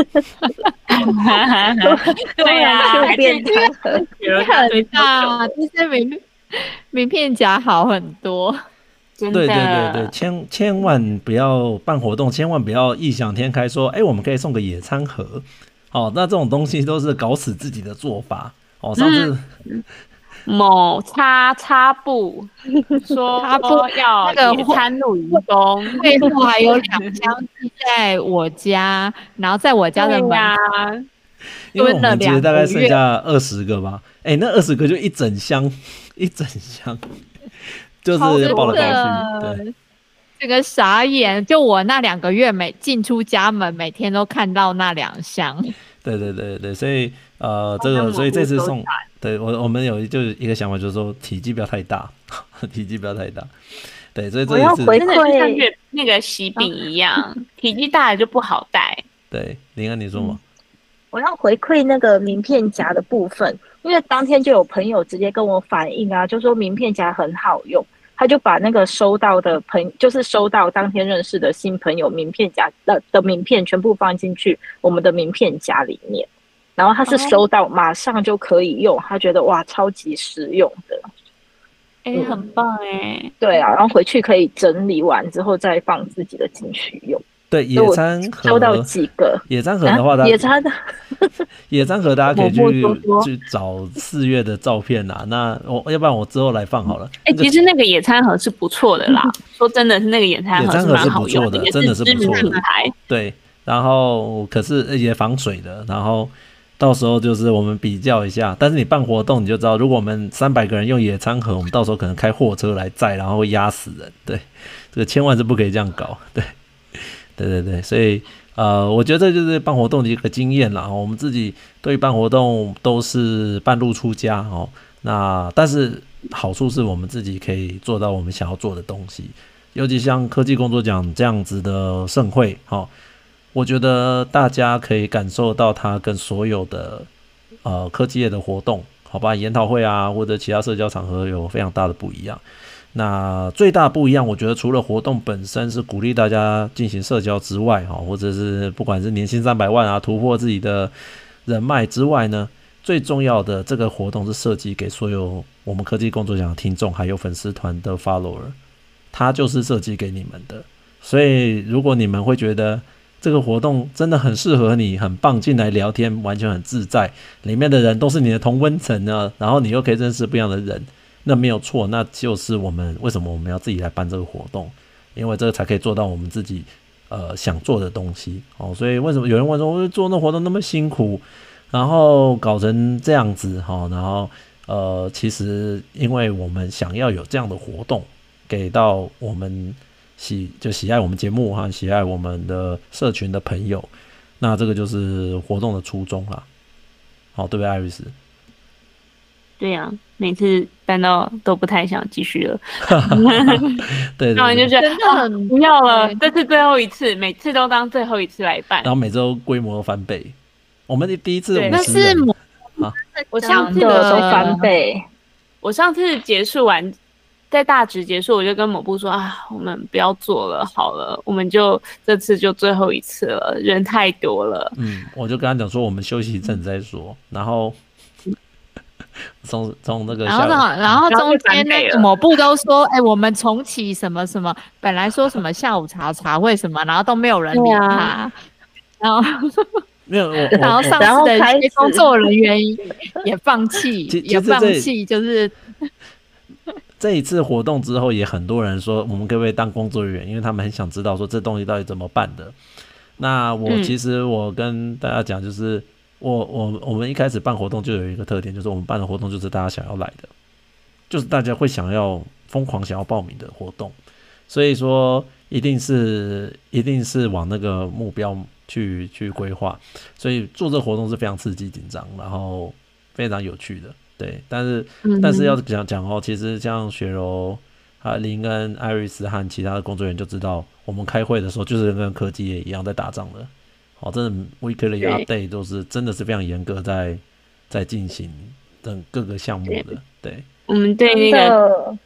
Speaker 2: 对呀，
Speaker 4: 就便当盒
Speaker 3: 很大，就是名名片夹好很多。
Speaker 2: 真的，
Speaker 1: 对对对对，千千万不要办活动，千万不要异想天开说，哎，我们可以送个野餐盒。哦，那这种东西都是搞死自己的做法。哦，上次。
Speaker 2: 嗯某擦擦布说要野餐露营工，
Speaker 3: 背后还有两箱是在我家，然后在我家的门
Speaker 2: 口
Speaker 1: 因为我们其实大概剩下二十个吧，哎、欸，那二十个就一整箱，一整箱，就是抱来抱去，对，
Speaker 3: 这个傻眼，就我那两个月每进出家门，每天都看到那两箱。
Speaker 1: 对对对对，所以呃，这个所以这次送，对我我们有就是一个想法，就是说体积不要太大，体积不要太大。对，所以这一次
Speaker 2: 真的就像月那个喜饼一样，啊、体积大了就不好带。
Speaker 1: 对，林安你说吗？
Speaker 4: 我要回馈那个名片夹的部分，因为当天就有朋友直接跟我反映啊，就说名片夹很好用。他就把那个收到的朋，就是收到当天认识的新朋友名片夹的的名片全部放进去我们的名片夹里面，然后他是收到马上就可以用，他觉得哇超级实用的，
Speaker 2: 哎、欸，很棒哎、欸。
Speaker 4: 对啊，然后回去可以整理完之后再放自己的进去用。
Speaker 1: 对，野餐盒
Speaker 4: 收到几个
Speaker 1: 野餐盒的话，
Speaker 4: 啊、野餐的
Speaker 1: 野餐盒大家可以去去找四月的照片啦。那我要不然我之后来放好了。
Speaker 2: 哎、欸，其实那个野餐盒是不错的啦。说真的，是那个野餐盒是蛮好用
Speaker 1: 的，真的是不错的。
Speaker 2: 牌
Speaker 1: 对，然后可是也防水的，然后到时候就是我们比较一下。但是你办活动你就知道，如果我们三百个人用野餐盒，我们到时候可能开货车来载，然后会压死人。对，这个千万是不可以这样搞。对。对对对，所以呃，我觉得这就是办活动的一个经验啦。我们自己对于办活动都是半路出家哦。那但是好处是我们自己可以做到我们想要做的东西，尤其像科技工作奖这样子的盛会，哦，我觉得大家可以感受到它跟所有的呃科技业的活动，好吧，研讨会啊或者其他社交场合有非常大的不一样。那最大不一样，我觉得除了活动本身是鼓励大家进行社交之外，或者是不管是年薪三百万啊，突破自己的人脉之外呢，最重要的这个活动是设计给所有我们科技工作奖的听众还有粉丝团的 follower， 它就是设计给你们的。所以如果你们会觉得这个活动真的很适合你，很棒，进来聊天完全很自在，里面的人都是你的同温层呢，然后你又可以认识不一样的人，那没有错，那就是我们为什么我们要自己来办这个活动，因为这个才可以做到我们自己呃想做的东西哦。所以为什么有人问说，我做那活动那么辛苦，然后搞成这样子哈，然后呃，其实因为我们想要有这样的活动给到我们喜就喜爱我们节目哈，喜爱我们的社群的朋友，那这个就是活动的初衷啦。好，对不对，艾瑞斯？
Speaker 2: 对呀、啊，每次办到都不太想继续了。
Speaker 1: 对，
Speaker 2: 然后你就觉得
Speaker 3: 真的很、
Speaker 2: 啊、不要了，这是最后一次，每次都当最后一次来办，
Speaker 1: 然后每周规模翻倍。我们第一次五十人，
Speaker 3: 那是
Speaker 1: 啊，
Speaker 2: 我上次
Speaker 4: 的都翻倍。
Speaker 2: 我上次结束完，在大直结束，我就跟某部说啊，我们不要做了，好了，我们就这次就最后一次了，人太多了。
Speaker 1: 嗯，我就跟他讲说，我们休息一阵再说，然后。从从那个，
Speaker 3: 然后然后中间那个某部都说，哎、欸，我们重启什么什么，本来说什么下午茶茶会什么，然后都没有人理他，啊、然后
Speaker 1: 没有，
Speaker 3: 然后上次的一些工作人员也放弃，也放弃，就是
Speaker 1: 这一次活动之后，也很多人说，我们可不可以当工作人员？因为他们很想知道说这东西到底怎么办的。那我其实我跟大家讲，就是。嗯我我我们一开始办活动就有一个特点，就是我们办的活动就是大家想要来的，就是大家会想要疯狂想要报名的活动，所以说一定是一定是往那个目标去去规划，所以做这个活动是非常刺激紧张，然后非常有趣的，对，但是、嗯、但是要讲讲哦，其实像雪柔、啊林恩、艾瑞斯和其他的工作人员就知道，我们开会的时候就是跟科技业一样在打仗的。哦，真的 weekly update 都是真的是非常严格在在进行等各个项目的，对。
Speaker 2: 我们对那个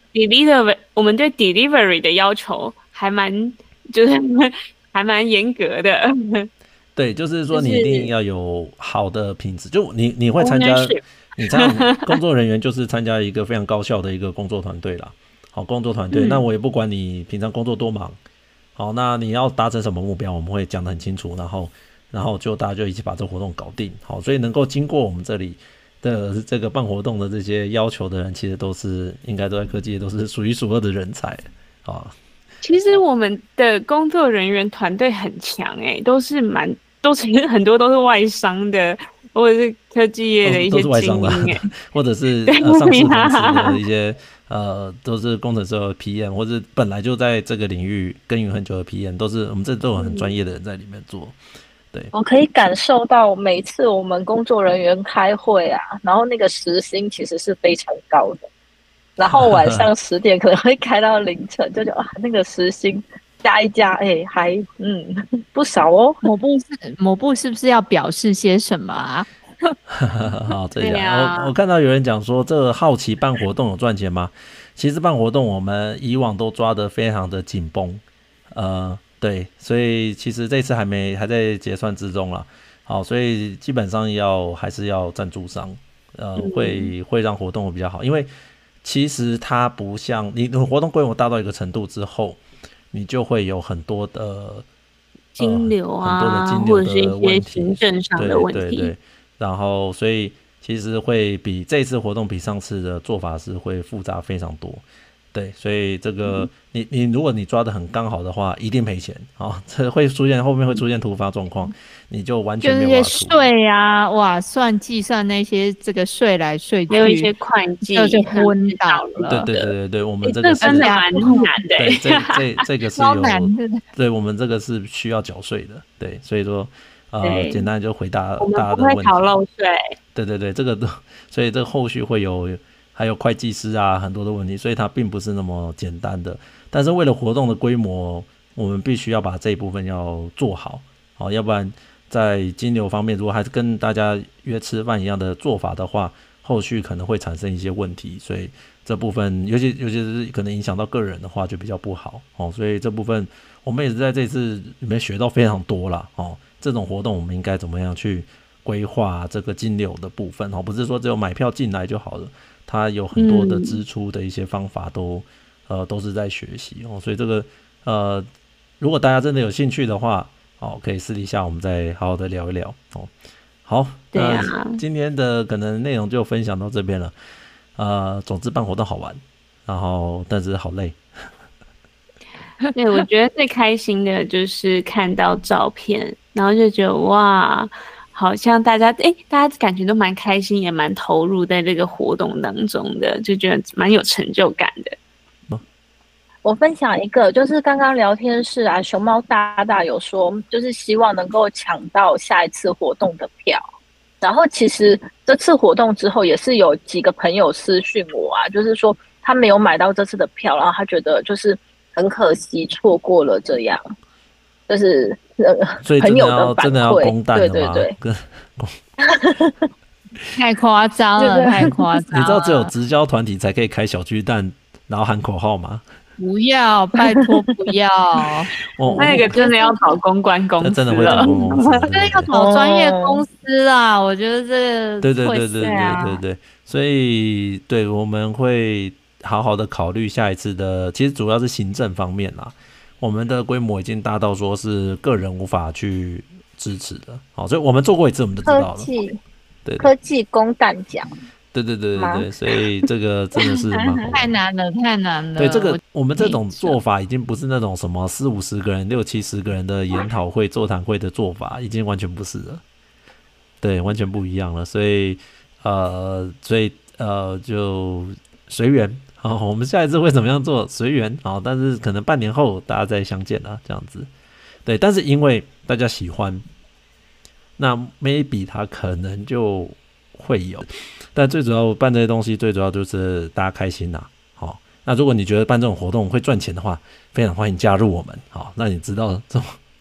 Speaker 2: deliver 我们对 delivery 的要求还蛮就是还蛮严格的。
Speaker 1: 对，就是说你一定要有好的品质，就你你会参加，你这样工作人员就是参加一个非常高效的一个工作团队啦。好，工作团队，那我也不管你平常工作多忙，好，那你要达成什么目标，我们会讲得很清楚，然后然后就大家就一起把这个活动搞定。好，所以能够经过我们这里的这个办活动的这些要求的人，其实都是应该都在科技业都是数一数二的人才啊。
Speaker 2: 其实我们的工作人员团队很强哎、欸，都是蛮都是很多都是外商的，或者是科技业的一些精英哎、欸，
Speaker 1: 或者是、呃、上市公司的一些呃都是工程师的 P M， 或者本来就在这个领域耕耘很久的 P M， 都是我们这都有很专业的人在里面做。对，
Speaker 4: 我可以感受到每次我们工作人员开会啊，然后那个时薪其实是非常高的。然后晚上十点可能会开到凌晨，就觉得啊，那个时薪加一加，哎、欸，还嗯不少哦。
Speaker 3: 某部是某部是不是要表示些什么啊？
Speaker 1: 好，这样、啊、我我看到有人讲说，这个好奇办活动有赚钱吗？其实办活动我们以往都抓得非常的紧绷，呃，对，所以其实这次还没还在结算之中啦。好，所以基本上要还是要赞助商，呃，会会让活动会比较好，因为。其实它不像你活动规模大到一个程度之后，你就会有很多的
Speaker 2: 金流啊，
Speaker 1: 呃、很多的金流的
Speaker 2: 或者是一些行政上的问题。
Speaker 1: 对对对，然后所以其实会比这次活动比上次的做法是会复杂非常多。对，所以这个、嗯、你你如果你抓得很刚好的话，一定赔钱啊、哦！这会出现后面会出现突发状况，你就完全没有办法
Speaker 3: 就是税啊，哇，算计算那些这个税来税去，
Speaker 2: 还有一些会计
Speaker 3: 就昏倒了。
Speaker 1: 对对对对对，我们这个是、
Speaker 2: 欸、这真的蛮难的。
Speaker 1: 对，这这这个是有对，我们这个是需要缴税的。对，所以说呃，简单就回答大家的问题。我们
Speaker 2: 不会逃漏税。
Speaker 1: 对对对，这个都，所以这个后续会有。还有会计师啊，很多的问题，所以它并不是那么简单的。但是为了活动的规模，我们必须要把这一部分要做好，好，要不然在金流方面，如果还是跟大家约吃饭一样的做法的话，后续可能会产生一些问题。所以这部分，尤其尤其是可能影响到个人的话，就比较不好哦。所以这部分我们也是在这次里面学到非常多啦哦。这种活动我们应该怎么样去规划这个金流的部分哦？不是说只有买票进来就好了。它有很多的支出的一些方法都、嗯、呃都是在学习哦，所以这个呃如果大家真的有兴趣的话，哦可以私底下我们再好好的聊一聊哦。好，
Speaker 2: 对啊，
Speaker 1: 那今天的可能内容就分享到这边了。呃，总之办活动好玩，然后但是好累。
Speaker 2: 对，我觉得最开心的就是看到照片，然后就觉得哇。好像大家哎，大家感觉都蛮开心，也蛮投入在这个活动当中的，就觉得蛮有成就感的。
Speaker 4: 我分享一个，就是刚刚聊天室啊，熊猫大大有说，就是希望能够抢到下一次活动的票。然后其实这次活动之后，也是有几个朋友私讯我啊，就是说他没有买到这次的票，然后他觉得就是很可惜错过了这样，就是。
Speaker 1: 所以真的要真的要公蛋了吗？
Speaker 4: 对对
Speaker 3: 对，太夸张了，太夸张了！
Speaker 1: 你知道只有直销团体才可以开小巨蛋，然后喊口号吗？
Speaker 3: 不要，拜托不要！
Speaker 2: 那个真的要找公关公司了，
Speaker 1: 真的会找公关公司，
Speaker 3: 真的要找专业公司啦！我觉得这个
Speaker 1: 对对对对对对对，所以对我们会好好的考虑下一次的，其实主要是行政方面啦。我们的规模已经大到说是个人无法去支持的，好，所以我们做过一次，我们就知道了。
Speaker 4: 科技，
Speaker 1: 对，
Speaker 4: 科技公蛋奖，
Speaker 1: 对对对对对，所以这个真的是蛮好
Speaker 3: 太难了，太难了。
Speaker 1: 对，这个我们这种做法已经不是那种什么四五十个人、六七十个人的研讨会、座谈会的做法，已经完全不是了。对，完全不一样了。所以呃，所以呃，就随缘。好，我们下一次会怎么样做？随缘。好，但是可能半年后大家再相见啦，这样子。对，但是因为大家喜欢，那 maybe 他可能就会有。但最主要办这些东西，最主要就是大家开心啦。好，那如果你觉得办这种活动会赚钱的话，非常欢迎加入我们。好，那你知道这种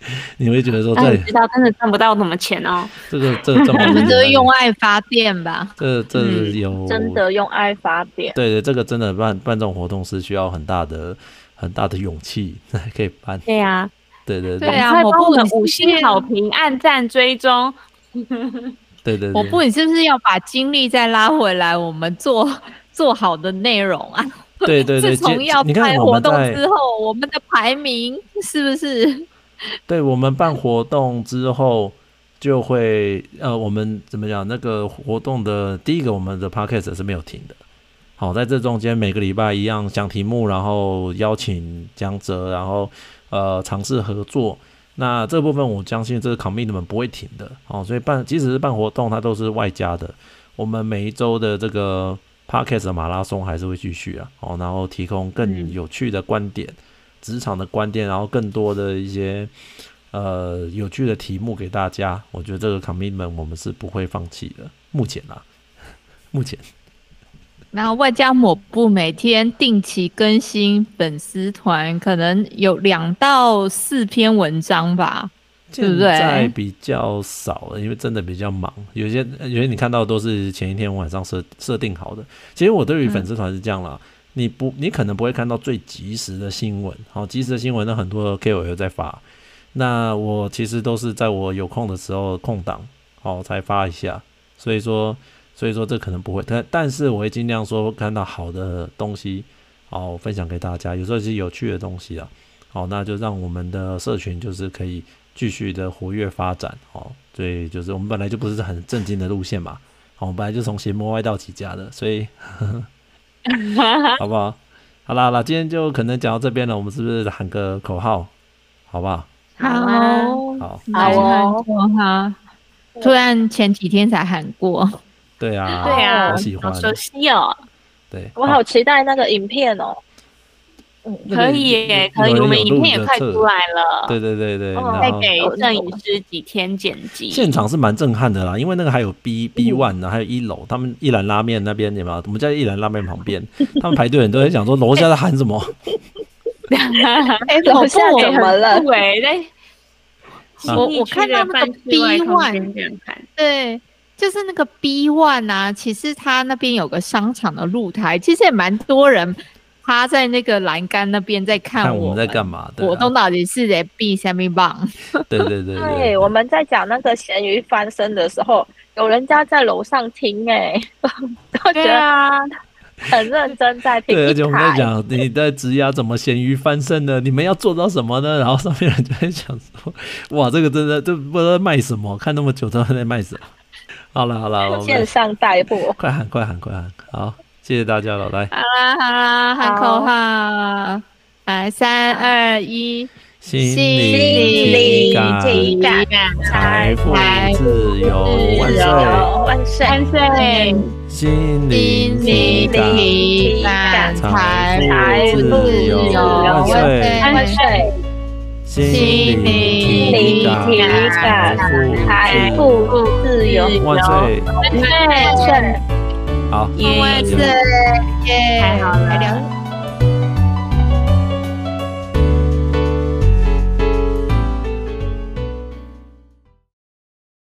Speaker 1: 你会觉得说，
Speaker 2: 但
Speaker 1: 这
Speaker 2: 知道真的赚不到什么钱哦。
Speaker 1: 这个这个这么
Speaker 3: 我们就是用爱发电吧。
Speaker 1: 这这
Speaker 3: 嗯
Speaker 1: 有、
Speaker 4: 真的用爱发电。
Speaker 1: 对对，这个真的办办这种活动是需要很大的很大的勇气才可以办。
Speaker 2: 对呀、啊，
Speaker 1: 对对
Speaker 3: 对啊，
Speaker 2: 快帮我们
Speaker 3: 某部
Speaker 2: 五星好评、按赞、追踪。
Speaker 1: 对对对，
Speaker 3: 我不，你是不是要把精力再拉回来？我们做做好的内容啊。
Speaker 1: 对对对，
Speaker 3: 自从要
Speaker 1: 你看
Speaker 3: 办活动
Speaker 1: 我们在
Speaker 3: 之后，我们的排名是不是？
Speaker 1: 对我们办活动之后，就会呃，我们怎么讲？那个活动的第一个，我们的 podcast 是没有停的。好，在这中间每个礼拜一样讲题目，然后邀请讲者，然后呃尝试合作。那这部分我相信这个 commitment 不会停的。哦，所以办即使是办活动，它都是外加的。我们每一周的这个 podcast 的马拉松还是会继续啊。哦，然后提供更有趣的观点。嗯，职场的观点，然后更多的一些呃有趣的题目给大家，我觉得这个 commitment 我们是不会放弃的。目前啦，目前。
Speaker 3: 然后外加某部每天定期更新粉丝团，可能有两到四篇文章吧，对不对？
Speaker 1: 现在比较少了，因为真的比较忙。有些有些你看到的都是前一天晚上设设定好的。其实我对于粉丝团是这样啦。嗯，你不，你可能不会看到最及时的新闻，好，及时的新闻，那很多 K O L 在发，那我其实都是在我有空的时候空档，好才发一下，所以说，所以说这可能不会，但但是我会尽量说看到好的东西，好分享给大家，有时候是有趣的东西啊，好，那就让我们的社群就是可以继续的活跃发展，好，所以就是我们本来就不是很正经的路线嘛，好，我们本来就从邪魔歪道起家的，所以。呵呵好不好？好啦好啦，今天就可能讲到这边了。我们是不是喊个口号，好不好？
Speaker 3: 好，
Speaker 1: 好，
Speaker 3: 好哦，好。突然前几天才喊过。
Speaker 1: 对啊，
Speaker 2: 对啊，
Speaker 1: 好喜欢，
Speaker 2: 好熟悉哦。
Speaker 1: 对，
Speaker 4: 我好期待那个影片哦。
Speaker 2: 嗯，可以耶，可以，我们影片也快出来了。
Speaker 1: 对对对对，
Speaker 2: 哦，再给摄影师几天剪辑。
Speaker 1: 现场是蛮震撼的啦，因为那个还有 B B one 呢，还有一楼，他们一兰拉面那边有没有？我们家一兰拉面旁边，他们排队人都在想说楼下在喊什么？
Speaker 3: 哎，楼下
Speaker 4: 怎么了？
Speaker 2: 对，在
Speaker 3: 我我看到那个 B one， 对。就是那个 B one 啊，其实它那边有个商场的露台，其实也蛮多人趴在那个栏杆那边在看我们
Speaker 1: 看我们在干嘛。
Speaker 3: 活动到底是在 B 下面棒。
Speaker 1: 对对对
Speaker 4: 对, 对，我们在讲那个咸鱼翻身的时候，有人家在楼上听哎、欸，都觉得很认真在听。
Speaker 1: 对，而且我们在讲你的职涯怎么咸鱼翻身呢？你们要做到什么呢？然后上面人就在想说，哇，这个真的就不知道在卖什么，看那么久都在卖什么。好了好了，
Speaker 4: 线上带货，
Speaker 1: 快喊快喊快喊！好，谢谢大家了，来，
Speaker 3: 好啦好啦，喊口号，来三二一，
Speaker 1: 心灵体感，财富自由万岁
Speaker 4: 万岁
Speaker 3: 万岁！
Speaker 1: 心灵体感，财富自由万岁
Speaker 4: 万岁！
Speaker 1: 心灵体感，财富自由万岁
Speaker 4: 万岁！
Speaker 1: 好，
Speaker 3: 万岁！太好了。